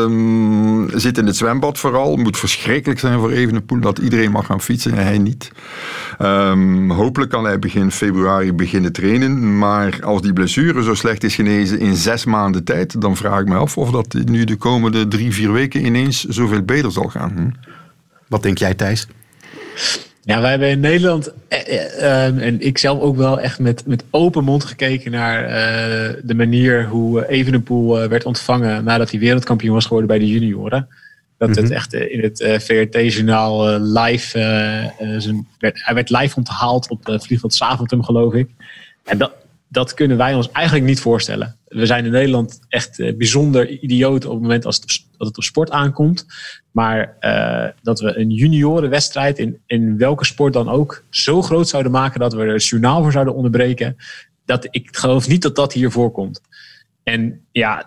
Zit in het zwembad vooral. Moet verschrikkelijk zijn voor Evenepoel dat iedereen mag gaan fietsen en hij niet. Hopelijk kan hij begin februari beginnen trainen. Maar als die blessure zo slecht is genezen in 6 maanden tijd, dan vraag ik me af of dat nu de komende 3-4 weken ineens zoveel beter zal gaan. Wat denk jij, Thijs? Ja, wij hebben in Nederland, en ik zelf ook wel echt met open mond gekeken naar de manier hoe Evenepoel werd ontvangen nadat hij wereldkampioen was geworden bij de junioren. Dat het echt in het VRT-journaal live, hij werd live onthaald op het vliegveld Zaventem, geloof ik. En dat kunnen wij ons eigenlijk niet voorstellen. We zijn in Nederland echt bijzonder idioot op het moment dat het op sport aankomt. Maar dat we een juniorenwedstrijd in welke sport dan ook zo groot zouden maken dat we er het journaal voor zouden onderbreken. Ik geloof niet dat dat hier voorkomt. En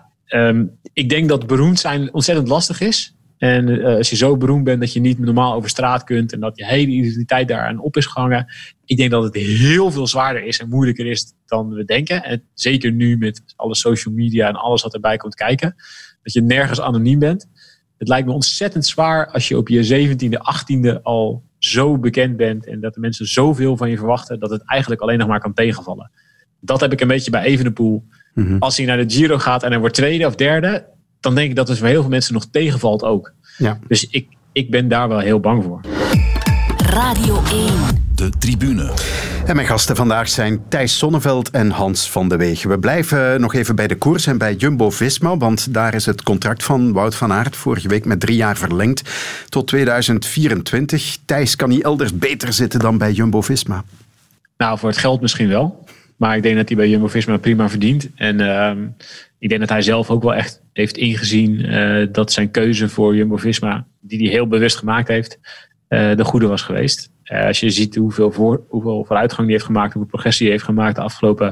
ik denk dat beroemd zijn ontzettend lastig is. En als je zo beroemd bent dat je niet normaal over straat kunt en dat je hele identiteit daaraan op is gehangen. Ik denk dat het heel veel zwaarder is en moeilijker is dan we denken. En zeker nu met alle social media en alles wat erbij komt kijken. Dat je nergens anoniem bent. Het lijkt me ontzettend zwaar als je op je 17e, 18e al zo bekend bent. En dat de mensen zoveel van je verwachten dat het eigenlijk alleen nog maar kan tegenvallen. Dat heb ik een beetje bij Evenepoel. Mm-hmm. Als hij naar de Giro gaat en hij wordt 2e of 3e. Dan denk ik dat het voor heel veel mensen nog tegenvalt ook. Ja. Dus ik ben daar wel heel bang voor. Radio 1. De Tribune. En mijn gasten vandaag zijn Thijs Sonneveld en Hans van de Weeg. We blijven nog even bij de koers en bij Jumbo-Visma, want daar is het contract van Wout van Aert vorige week met 3 jaar verlengd tot 2024. Thijs, kan niet elders beter zitten dan bij Jumbo-Visma? Nou, voor het geld misschien wel. Maar ik denk dat hij bij Jumbo-Visma prima verdient. En ik denk dat hij zelf ook wel echt heeft ingezien dat zijn keuze voor Jumbo-Visma, die hij heel bewust gemaakt heeft, de goede was geweest. Als je ziet hoeveel vooruitgang hij heeft gemaakt, hoeveel progressie hij heeft gemaakt de afgelopen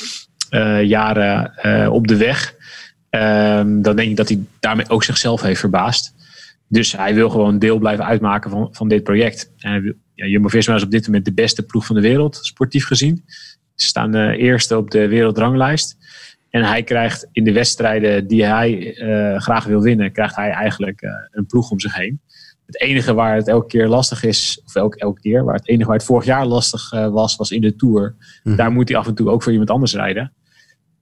jaren op de weg, dan denk ik dat hij daarmee ook zichzelf heeft verbaasd. Dus hij wil gewoon deel blijven uitmaken van dit project. Jumbo-Visma is op dit moment de beste ploeg van de wereld, sportief gezien. Ze staan eerste op de wereldranglijst. En hij krijgt in de wedstrijden die hij graag wil winnen, krijgt hij eigenlijk een ploeg om zich heen. Het enige waar het elke keer lastig is, of elke keer, het enige waar het vorig jaar lastig was in de Tour. Mm-hmm. Daar moet hij af en toe ook voor iemand anders rijden.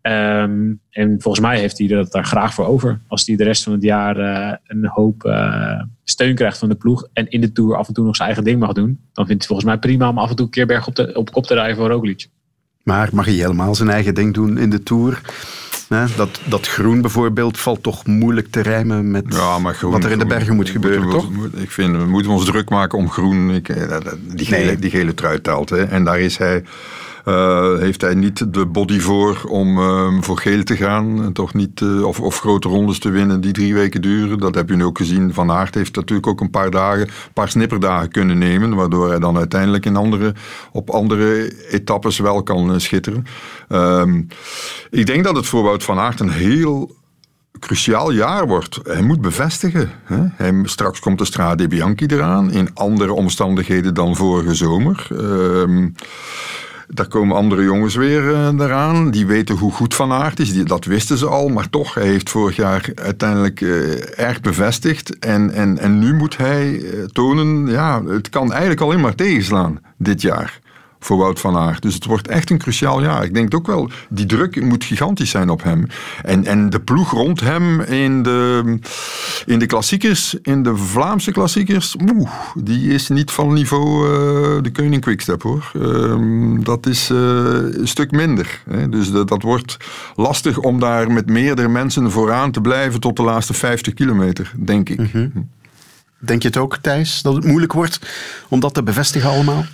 En volgens mij heeft hij dat daar graag voor over. Als hij de rest van het jaar een hoop steun krijgt van de ploeg en in de Tour af en toe nog zijn eigen ding mag doen, dan vindt hij het volgens mij prima om af en toe een keer berg op kop te rijden voor Roglic. Maar mag hij helemaal zijn eigen ding doen in de Tour? Dat groen bijvoorbeeld valt toch moeilijk te rijmen met wat er in de bergen moet gebeuren, toch? Ik vind, we moeten ons druk maken om groen. Die gele trui telt. Hè. En daar is hij... heeft hij niet de body voor voor geel te gaan. Toch niet, of grote rondes te winnen die 3 weken duren. Dat heb je nu ook gezien. Van Aert heeft natuurlijk ook een paar snipperdagen kunnen nemen. Waardoor hij dan uiteindelijk op andere etappes wel kan schitteren. Ik denk dat het voor Wout van Aert een heel cruciaal jaar wordt. Hij moet bevestigen. Hè? Straks komt de Strade Bianchi eraan. In andere omstandigheden dan vorige zomer. Daar komen andere jongens weer eraan. Die weten hoe goed Van Aert is. Dat wisten ze al. Maar toch, hij heeft vorig jaar uiteindelijk erg bevestigd. En nu moet hij tonen... Ja, het kan eigenlijk alleen maar tegenslaan dit jaar. Voor Wout van Aert. Dus het wordt echt een cruciaal jaar. Ik denk ook wel, die druk moet gigantisch zijn op hem. En de ploeg rond hem in de klassiekers, in de Vlaamse klassiekers, die is niet van niveau de Koning Quickstep, hoor. Dat is een stuk minder. Hè. Dus dat wordt lastig om daar met meerdere mensen vooraan te blijven tot de laatste 50 kilometer, denk ik. Mm-hmm. Denk je het ook, Thijs, dat het moeilijk wordt om dat te bevestigen allemaal?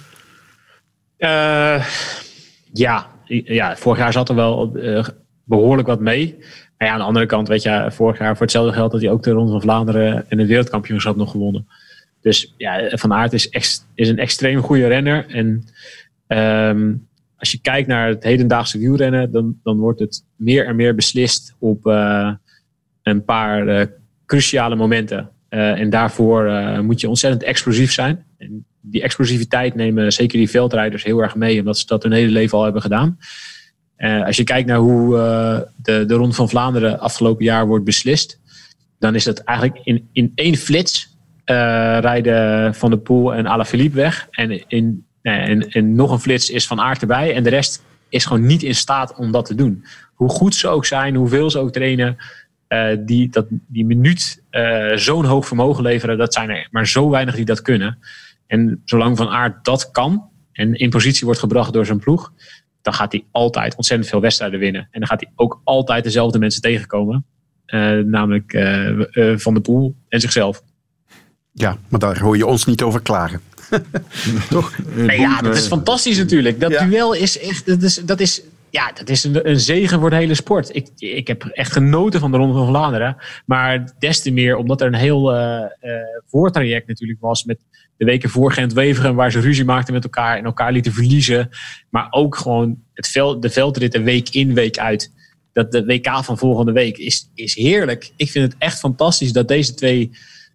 Ja, vorig jaar zat er wel behoorlijk wat mee. Maar ja, aan de andere kant, weet je, vorig jaar voor hetzelfde geld had hij ook de Ronde van Vlaanderen en het wereldkampioenschap nog gewonnen. Dus ja, Van Aert is een extreem goede renner. En als je kijkt naar het hedendaagse wielrennen, dan wordt het meer en meer beslist op een paar cruciale momenten. En daarvoor moet je ontzettend explosief zijn. En die explosiviteit nemen zeker die veldrijders heel erg mee, omdat ze dat hun hele leven al hebben gedaan. Als je kijkt naar hoe de Ronde van Vlaanderen afgelopen jaar wordt beslist, dan is dat eigenlijk in 1 flits rijden Van der Poel en Alaphilippe weg. En nog een flits is Van Aert erbij. En de rest is gewoon niet in staat om dat te doen. Hoe goed ze ook zijn, hoeveel ze ook trainen, die minuut zo'n hoog vermogen leveren, dat zijn er maar zo weinig die dat kunnen. En zolang Van Aert dat kan en in positie wordt gebracht door zijn ploeg, dan gaat hij altijd ontzettend veel wedstrijden winnen. En dan gaat hij ook altijd dezelfde mensen tegenkomen. Namelijk Van der Poel en zichzelf. Ja, maar daar hoor je ons niet over klagen. Toch? Nee, ja, dat is fantastisch natuurlijk. Dat duel is echt... Dat is een zegen voor de hele sport. Ik heb echt genoten van de Ronde van Vlaanderen. Maar des te meer omdat er een heel voortraject natuurlijk was met de weken voor Gent-Wevelgem, waar ze ruzie maakten met elkaar en elkaar lieten verliezen. Maar ook gewoon de veldritten week in, week uit. Dat de WK van volgende week is heerlijk. Ik vind het echt fantastisch dat deze twee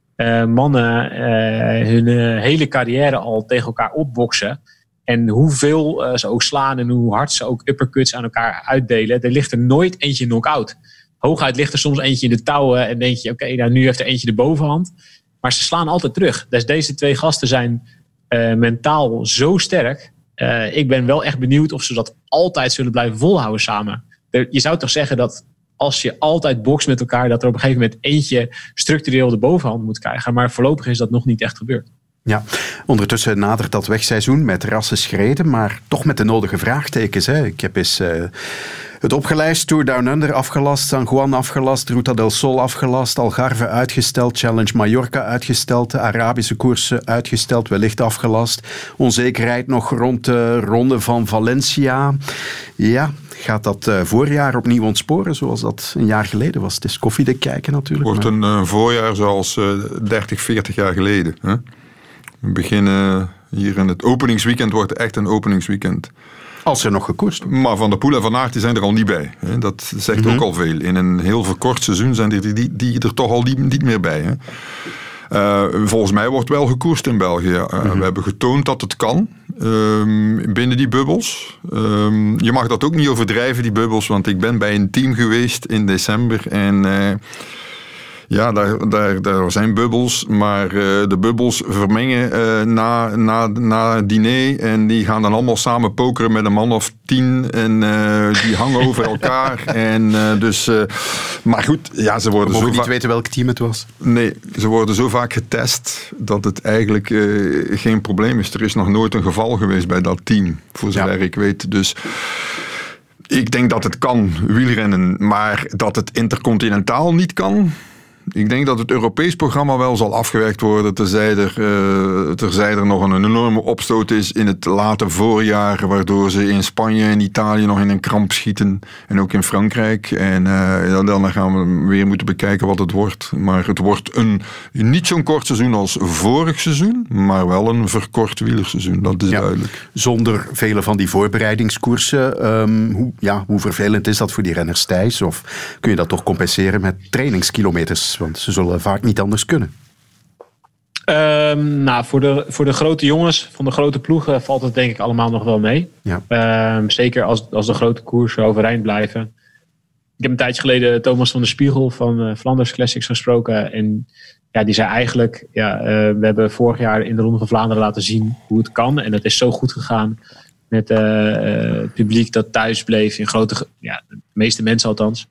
mannen hun hele carrière al tegen elkaar opboksen. En hoeveel ze ook slaan en hoe hard ze ook uppercuts aan elkaar uitdelen. Er ligt er nooit eentje knock-out. Hooguit ligt er soms eentje in de touwen en denk je, oké, nou, nu heeft er eentje de bovenhand. Maar ze slaan altijd terug. Dus deze twee gasten zijn mentaal zo sterk. Ik ben wel echt benieuwd of ze dat altijd zullen blijven volhouden samen. Je zou toch zeggen dat als je altijd bokst met elkaar, dat er op een gegeven moment eentje structureel de bovenhand moet krijgen. Maar voorlopig is dat nog niet echt gebeurd. Ja, ondertussen nadert dat wegseizoen met rassen schreden, maar toch met de nodige vraagtekens. Hè. Ik heb eens het opgelijst. Tour Down Under afgelast, San Juan afgelast, Ruta del Sol afgelast, Algarve uitgesteld, Challenge Mallorca uitgesteld, de Arabische koersen uitgesteld, wellicht afgelast. Onzekerheid nog rond de Ronde van Valencia. Ja, gaat dat voorjaar opnieuw ontsporen zoals dat een jaar geleden was? Het is koffiedik kijken natuurlijk. Wordt een voorjaar zoals 30, 40 jaar geleden. Hè? We beginnen hier in het openingsweekend, wordt echt een openingsweekend. Als er nog gekoerst. Maar Van der Poel en Van Aert die zijn er al niet bij. Hè. Dat zegt ook al veel. In een heel verkort seizoen zijn die er toch al niet meer bij. Hè. Volgens mij wordt wel gekoerst in België. We hebben getoond dat het kan. Binnen die bubbels. Je mag dat ook niet overdrijven, die bubbels. Want ik ben bij een team geweest in december. En Ja, daar zijn bubbels, maar de bubbels vermengen na diner en die gaan dan allemaal samen pokeren met een man of 10 en die hangen over elkaar. Maar goed, ja, ze worden We mogen niet weten welk team het was. Nee, ze worden zo vaak getest dat het eigenlijk geen probleem is. Er is nog nooit een geval geweest bij dat team, voor zover ik weet. Dus ik denk dat het kan, wielrennen, maar dat het intercontinentaal niet kan. Ik denk dat het Europees programma wel zal afgewerkt worden, terzij er nog een enorme opstoot is in het late voorjaar, waardoor ze in Spanje en Italië nog in een kramp schieten. En ook in Frankrijk. En dan gaan we weer moeten bekijken wat het wordt. Maar het wordt een niet zo'n kort seizoen als vorig seizoen, maar wel een verkort wielerseizoen, dat is duidelijk. Zonder vele van die voorbereidingskoersen, hoe vervelend is dat voor die renners, Thijs? Of kun je dat toch compenseren met trainingskilometers? Want ze zullen vaak niet anders kunnen. Voor de grote jongens van de grote ploegen valt het denk ik allemaal nog wel mee. Ja. Zeker als de grote koersen overeind blijven. Ik heb een tijdje geleden Thomas van der Spiegel van Flanders Classics gesproken. En ja, die zei eigenlijk, we hebben vorig jaar in de Ronde van Vlaanderen laten zien hoe het kan. En dat is zo goed gegaan met het publiek dat thuis bleef in grote, de meeste mensen althans.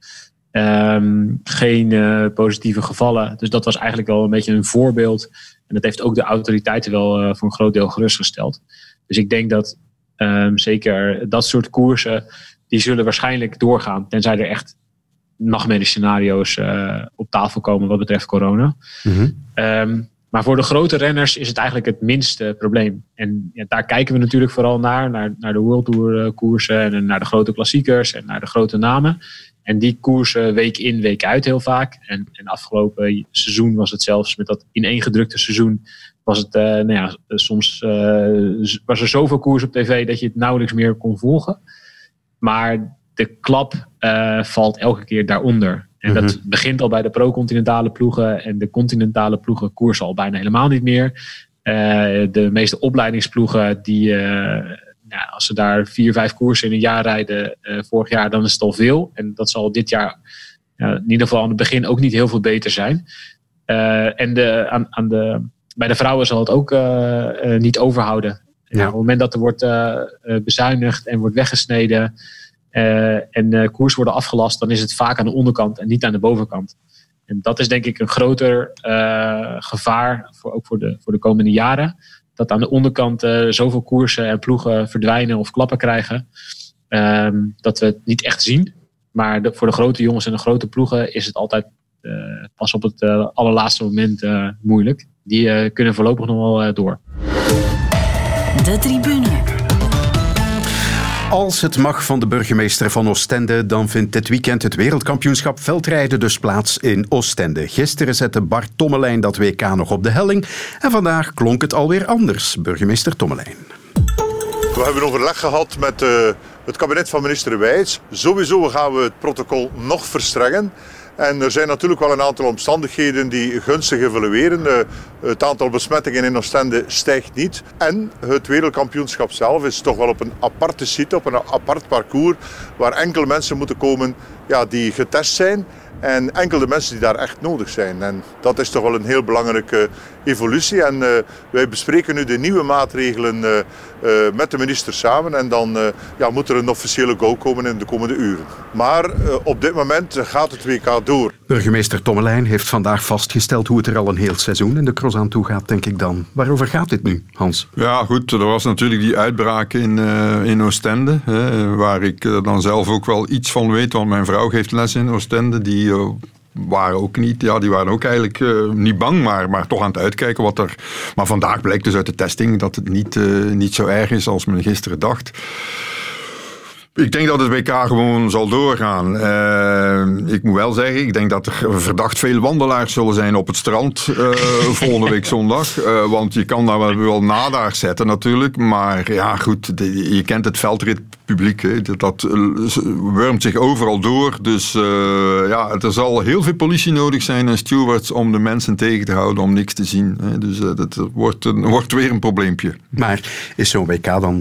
Geen positieve gevallen. Dus dat was eigenlijk wel een beetje een voorbeeld. En dat heeft ook de autoriteiten wel voor een groot deel gerustgesteld. Dus ik denk dat zeker dat soort koersen, die zullen waarschijnlijk doorgaan. Tenzij er echt nachtmerriescenario's op tafel komen wat betreft corona. Mm-hmm. Maar voor de grote renners is het eigenlijk het minste probleem. En daar kijken we natuurlijk vooral naar de World Tour koersen en naar de grote klassiekers en naar de grote namen. En die koersen week in, week uit heel vaak. En afgelopen seizoen was het zelfs met dat ineengedrukte seizoen. Was het soms was er zoveel koers op tv dat je het nauwelijks meer kon volgen. Maar de klap valt elke keer daaronder. En dat begint al bij de pro-continentale ploegen. En de continentale ploegen koersen al bijna helemaal niet meer. De meeste opleidingsploegen die... als ze daar 4-5 koersen in een jaar rijden vorig jaar, dan is het al veel. En dat zal dit jaar in ieder geval aan het begin ook niet heel veel beter zijn. Bij de vrouwen zal het ook niet overhouden. Ja. Op het moment dat er wordt bezuinigd en wordt weggesneden en koers worden afgelast, dan is het vaak aan de onderkant en niet aan de bovenkant. En dat is denk ik een groter gevaar, ook voor de komende jaren. Dat aan de onderkant zoveel koersen en ploegen verdwijnen of klappen krijgen. Dat we het niet echt zien. Maar voor de grote jongens en de grote ploegen is het altijd pas op het allerlaatste moment moeilijk. Die kunnen voorlopig nog wel door. De tribune. Als het mag van de burgemeester van Oostende, dan vindt dit weekend het wereldkampioenschap veldrijden dus plaats in Oostende. Gisteren zette Bart Tommelijn dat WK nog op de helling en vandaag klonk het alweer anders, burgemeester Tommelijn. We hebben overleg gehad met het kabinet van minister Wijts. Sowieso gaan we het protocol nog verstrengen. En er zijn natuurlijk wel een aantal omstandigheden die gunstig evolueren. Het aantal besmettingen in Oostende stijgt niet. En het wereldkampioenschap zelf is toch wel op een aparte site, op een apart parcours, waar enkele mensen moeten komen die getest zijn. En enkel de mensen die daar echt nodig zijn. En dat is toch wel een heel belangrijke evolutie. En wij bespreken nu de nieuwe maatregelen met de minister samen. En dan moet er een officiële go komen in de komende uren. Maar op dit moment gaat het WK door. Burgemeester Tommelijn heeft vandaag vastgesteld hoe het er al een heel seizoen in de cross aan toe gaat, denk ik dan. Waarover gaat dit nu, Hans? Ja, goed. Er was natuurlijk die uitbraak in Oostende. Waar ik dan zelf ook wel iets van weet. Want mijn vrouw geeft les in Oostende. Die waren ook niet. Ja, die waren ook eigenlijk niet bang, maar toch aan het uitkijken wat er. Maar vandaag blijkt dus uit de testing dat het niet zo erg is als men gisteren dacht. Ik denk dat het WK gewoon zal doorgaan. Ik moet wel zeggen, ik denk dat er verdacht veel wandelaars zullen zijn op het strand volgende week zondag. Want je kan daar wel nadaars zetten natuurlijk. Maar ja, goed, je kent het veldritpubliek. Hè, dat wurmt zich overal door. Dus er zal heel veel politie nodig zijn en stewards om de mensen tegen te houden om niks te zien. Hè. Dus dat wordt weer een probleempje. Maar is zo'n WK dan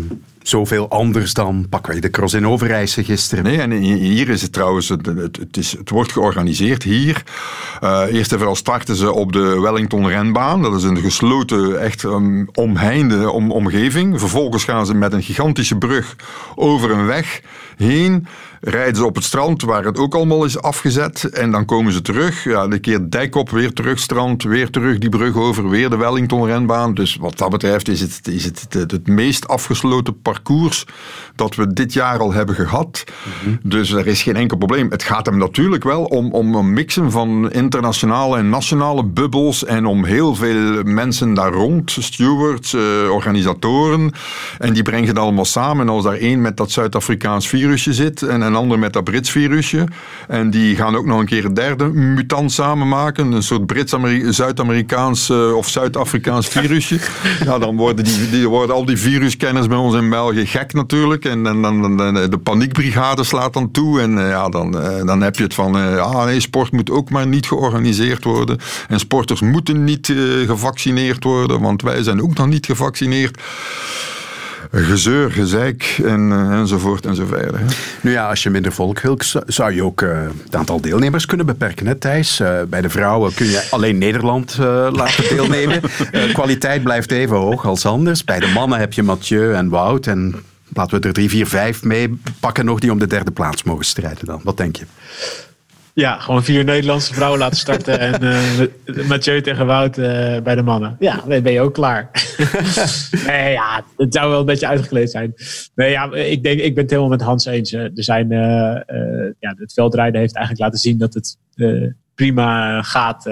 zoveel anders dan pakweg de cross in Overijse gisteren. Nee, en hier is het trouwens, het wordt georganiseerd hier. Eerst en vooral starten ze op de Wellington renbaan. Dat is een gesloten, echt omheinde omgeving. Vervolgens gaan ze met een gigantische brug over een weg heen. Rijden ze op het strand, waar het ook allemaal is afgezet. En dan komen ze terug. Ja, een keer dijk op, weer terug strand, weer terug die brug over, weer de Wellington-renbaan. Dus wat dat betreft is het meest afgesloten parcours dat we dit jaar al hebben gehad. Mm-hmm. Dus er is geen enkel probleem. Het gaat hem natuurlijk wel om een mixen van internationale en nationale bubbels en om heel veel mensen daar rond, stewards, organisatoren. En die brengen het allemaal samen. En als daar één met dat Zuid-Afrikaans virusje zit en een ander met dat Brits virusje. En die gaan ook nog een keer een derde mutant samenmaken. Een soort Zuid-Amerikaans of Zuid-Afrikaans virusje. Ja, dan worden al die viruskenners bij ons in België gek natuurlijk. En dan de paniekbrigade slaat dan toe. En dan heb je het van... nee, sport moet ook maar niet georganiseerd worden. En sporters moeten niet gevaccineerd worden. Want wij zijn ook nog niet gevaccineerd. Gezeur, gezeik enzovoort en zo verder. Nu ja, als je minder volk wilt, zou je ook het aantal deelnemers kunnen beperken, hè, Thijs? Bij de vrouwen kun je alleen Nederland laten deelnemen. Kwaliteit blijft even hoog als anders. Bij de mannen heb je Mathieu en Wout en laten we er 3, 4, 5 mee pakken nog die om de 3e plaats mogen strijden dan. Wat denk je? Ja, gewoon 4 Nederlandse vrouwen laten starten en Mathieu tegen Wout bij de mannen. Ja, dan ben je ook klaar. Nee, ja, het zou wel een beetje uitgekleed zijn. Nee, ja, ik ben het helemaal met Hans eens. Het veldrijden heeft eigenlijk laten zien dat het prima gaat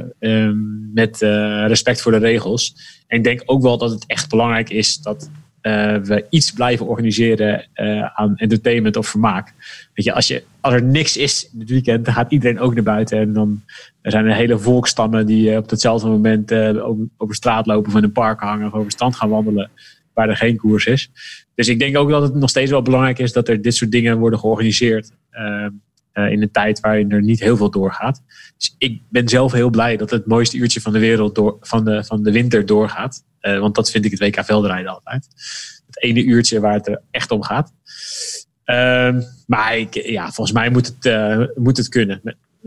met respect voor de regels. En ik denk ook wel dat het echt belangrijk is dat we iets blijven organiseren aan entertainment of vermaak. Weet je, als er niks is in het weekend, dan gaat iedereen ook naar buiten. En dan zijn er hele volkstammen die op hetzelfde moment over straat lopen of in een park hangen of over strand gaan wandelen waar er geen koers is. Dus ik denk ook dat het nog steeds wel belangrijk is dat er dit soort dingen worden georganiseerd in een tijd waarin er niet heel veel doorgaat. Dus ik ben zelf heel blij dat het mooiste uurtje van de wereld van de winter doorgaat. Want dat vind ik het WK veldrijden altijd. Het ene uurtje waar het er echt om gaat. Maar volgens mij moet het kunnen.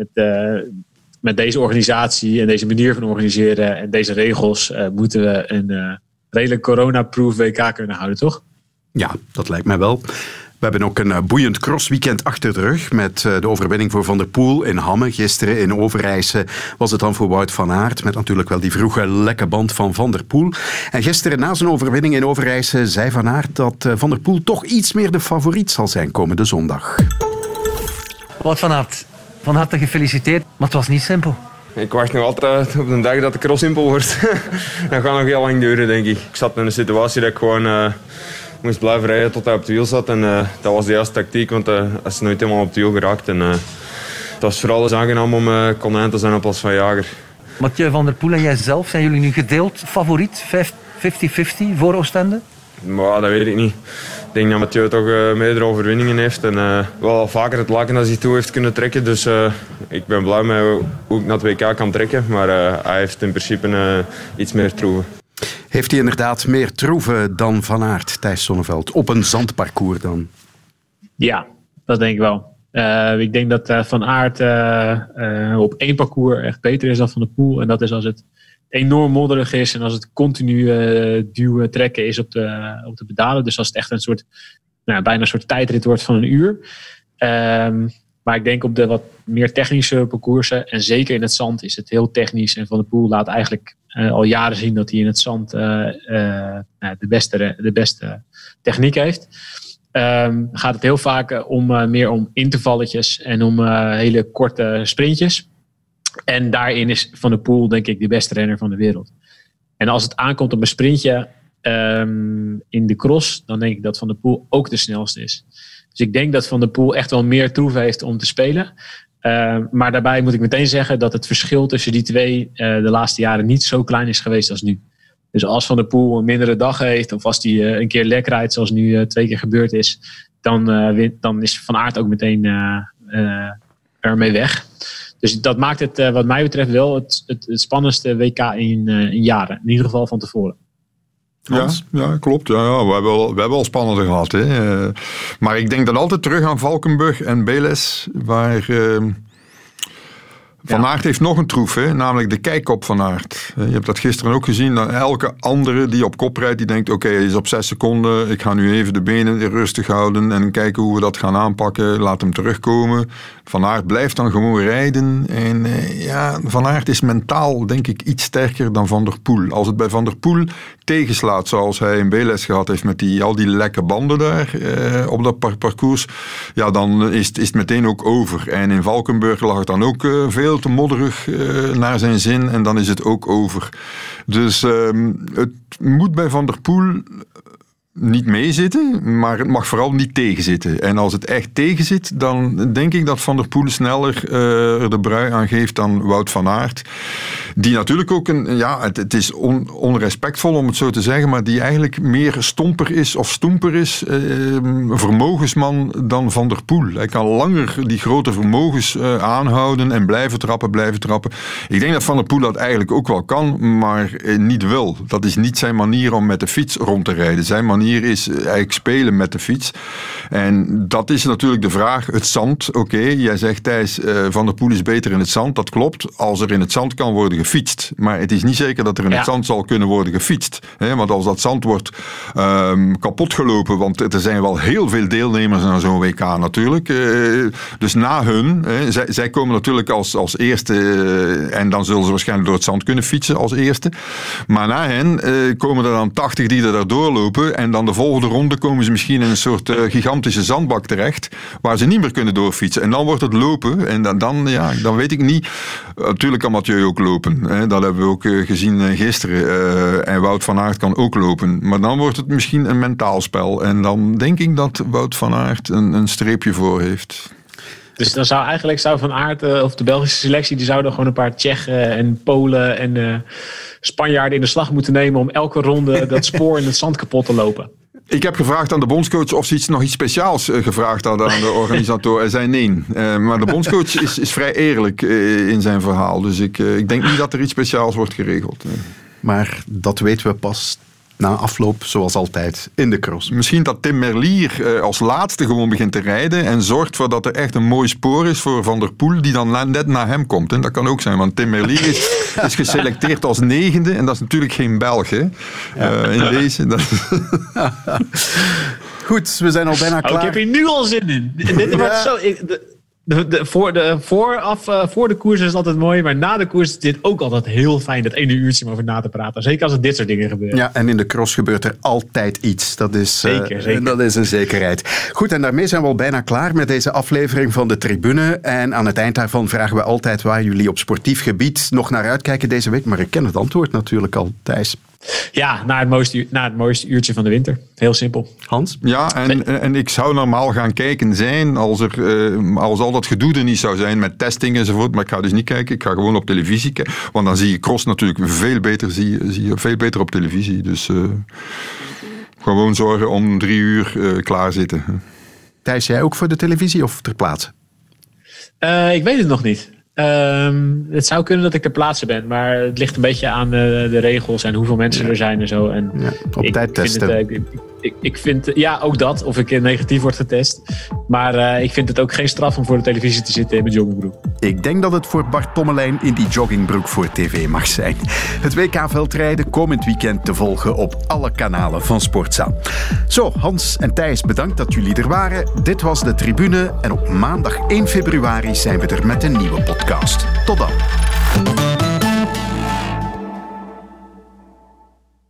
Met deze organisatie en deze manier van organiseren en deze regels moeten we een redelijk corona-proof WK kunnen houden, toch? Ja, dat lijkt mij wel. We hebben ook een boeiend crossweekend achter de rug met de overwinning voor Van der Poel in Hamme. Gisteren in Overijse was het dan voor Wout van Aert met natuurlijk wel die vroege lekke band van Van der Poel. En gisteren na zijn overwinning in Overijse zei Van Aert dat Van der Poel toch iets meer de favoriet zal zijn komende zondag. Wout van Aert, van harte gefeliciteerd, maar het was niet simpel. Ik wacht nog altijd op de dag dat de cross simpel wordt. Dat gaat nog heel lang duren, denk ik. Ik zat in een situatie dat ik gewoon moest blijven rijden tot hij op het wiel zat. En dat was de juiste tactiek, want hij is nooit helemaal op het wiel geraakt. En het was vooral eens aangenaam om konijn te zijn op plaats van jager. Mathieu van der Poel en jijzelf, zijn jullie nu gedeeld favoriet? 50-50 voor Oostende? Maar dat weet ik niet. Ik denk dat Mathieu toch meerdere overwinningen heeft en wel vaker het laken naar zich toe heeft kunnen trekken. Dus ik ben blij met hoe ik naar het WK kan trekken. Maar hij heeft in principe iets meer troeven. Heeft hij inderdaad meer troeven dan Van Aert, Thijs Sonneveld? Op een zandparcours dan? Ja, dat denk ik wel. Ik denk dat Van Aert op 1 parcours echt beter is dan Van der Poel. En dat is als het enorm modderig is en als het continu duwen, trekken is op de pedalen. Dus als het echt een soort, bijna een soort tijdrit wordt van 1 uur. Maar ik denk op de wat meer technische parcoursen en zeker in het zand is het heel technisch. En Van der Poel laat eigenlijk al jaren zien dat hij in het zand de beste techniek heeft. Gaat het heel vaak meer om intervalletjes en om hele korte sprintjes. En daarin is Van der Poel denk ik de beste renner van de wereld. En als het aankomt op een sprintje in de cross, dan denk ik dat Van der Poel ook de snelste is. Dus ik denk dat Van der Poel echt wel meer troeven heeft om te spelen. Maar daarbij moet ik meteen zeggen dat het verschil tussen die twee de laatste jaren niet zo klein is geweest als nu. Dus als Van der Poel een mindere dag heeft of als hij een keer lek rijdt zoals nu 2 keer gebeurd is, dan is Van Aert ook meteen ermee weg. Dus dat maakt het wat mij betreft wel het spannendste WK in jaren. In ieder geval van tevoren. Ja, klopt. Ja, we hebben al spannender gehad. Hè. Maar ik denk dan altijd terug aan Valkenburg en Beles, waar... Van Aert heeft nog een troef, namelijk de kijkkop van Aert. Je hebt dat gisteren ook gezien. Elke andere die op kop rijdt, die denkt... Oké, hij is op 6 seconden. Ik ga nu even de benen rustig houden en kijken hoe we dat gaan aanpakken. Laat hem terugkomen. Van Aert blijft dan gewoon rijden. En Van Aert is mentaal, denk ik, iets sterker dan Van der Poel. Als het bij Van der Poel tegenslaat, zoals hij in Beles gehad heeft... met al die lekke banden daar op dat parcours... ja, dan is het meteen ook over. En in Valkenburg lag het dan ook veel te modderig naar zijn zin en dan is het ook over. Dus het moet bij Van der Poel niet meezitten, maar het mag vooral niet tegenzitten. En als het echt tegenzit, dan denk ik dat Van der Poel sneller er de brui aan geeft dan Wout van Aert. Die natuurlijk ook het is onrespectvol om het zo te zeggen, maar die eigenlijk meer stomper is of stoemper is, vermogensman dan Van der Poel. Hij kan langer die grote vermogens aanhouden en blijven trappen. Ik denk dat Van der Poel dat eigenlijk ook wel kan, maar niet wil. Dat is niet zijn manier om met de fiets rond te rijden. Zijn manier is eigenlijk spelen met de fiets. En dat is natuurlijk de vraag. Het zand, oké, jij zegt Thijs, Van der Poel is beter in het zand. Dat klopt, als er in het zand kan worden gefietst. Maar het is niet zeker dat er in het zand zal kunnen worden gefietst. Want als dat zand wordt kapot gelopen, want er zijn wel heel veel deelnemers aan zo'n WK natuurlijk. Dus na hun, zij komen natuurlijk als eerste en dan zullen ze waarschijnlijk door het zand kunnen fietsen als eerste. Maar na hen komen er dan 80 die er daardoor lopen en dan de volgende ronde komen ze misschien in een soort gigantische zandbak terecht, waar ze niet meer kunnen doorfietsen. En dan wordt het lopen en dan weet ik niet. Natuurlijk kan Mathieu ook lopen. Dat hebben we ook gezien gisteren. En Wout van Aert kan ook lopen. Maar dan wordt het misschien een mentaal spel. En dan denk ik dat Wout van Aert een streepje voor heeft. Dus dan zou Van Aert of de Belgische selectie, die zouden gewoon een paar Tsjechen en Polen en Spanjaarden in de slag moeten nemen om elke ronde dat spoor in het zand kapot te lopen. Ik heb gevraagd aan de bondscoach of ze nog iets speciaals gevraagd hadden aan de organisator. Hij zei nee. Maar de bondscoach is vrij eerlijk in zijn verhaal. Dus ik denk niet dat er iets speciaals wordt geregeld. Maar dat weten we pas na afloop, zoals altijd, in de cross. Misschien dat Tim Merlier als laatste gewoon begint te rijden en zorgt voor dat er echt een mooi spoor is voor Van der Poel, die dan net na hem komt. En dat kan ook zijn, want Tim Merlier is geselecteerd als 9e en dat is natuurlijk geen Belg, hè? In deze. Goed, we zijn al bijna klaar. Ik heb hier nu al zin in. Dit wordt zo... Voor de koers is het altijd mooi, maar na de koers is dit ook altijd heel fijn, dat ene uurtje om over na te praten. Zeker als er dit soort dingen gebeuren. Ja, en in de cross gebeurt er altijd iets. Dat is, zeker. Dat is een zekerheid. Goed, en daarmee zijn we al bijna klaar met deze aflevering van de Tribune. En aan het eind daarvan vragen we altijd waar jullie op sportief gebied nog naar uitkijken deze week. Maar ik ken het antwoord natuurlijk al, Thijs. Ja, naar het mooiste uurtje van de winter. Heel simpel. Hans? Ja, en ik zou normaal gaan kijken zijn als al dat gedoe er niet zou zijn met testing enzovoort. Maar ik ga dus niet kijken. Ik ga gewoon op televisie kijken. Want dan zie je cross natuurlijk veel beter, zie je veel beter op televisie. Dus gewoon zorgen om 3 uur klaar zitten. Thijs, jij ook voor de televisie of ter plaatse? Ik weet het nog niet. Het zou kunnen dat ik ter plaatse ben, maar het ligt een beetje aan de regels en hoeveel mensen er zijn en zo. En op tijd testen. Ik vind, ook dat, of ik negatief word getest. Maar ik vind het ook geen straf om voor de televisie te zitten in mijn joggingbroek. Ik denk dat het voor Bart Tommelijn in die joggingbroek voor tv mag zijn. Het WK veldrijden komend weekend te volgen op alle kanalen van Sportza. Zo, Hans en Thijs, bedankt dat jullie er waren. Dit was de Tribune en op maandag 1 februari zijn we er met een nieuwe podcast. Tot dan.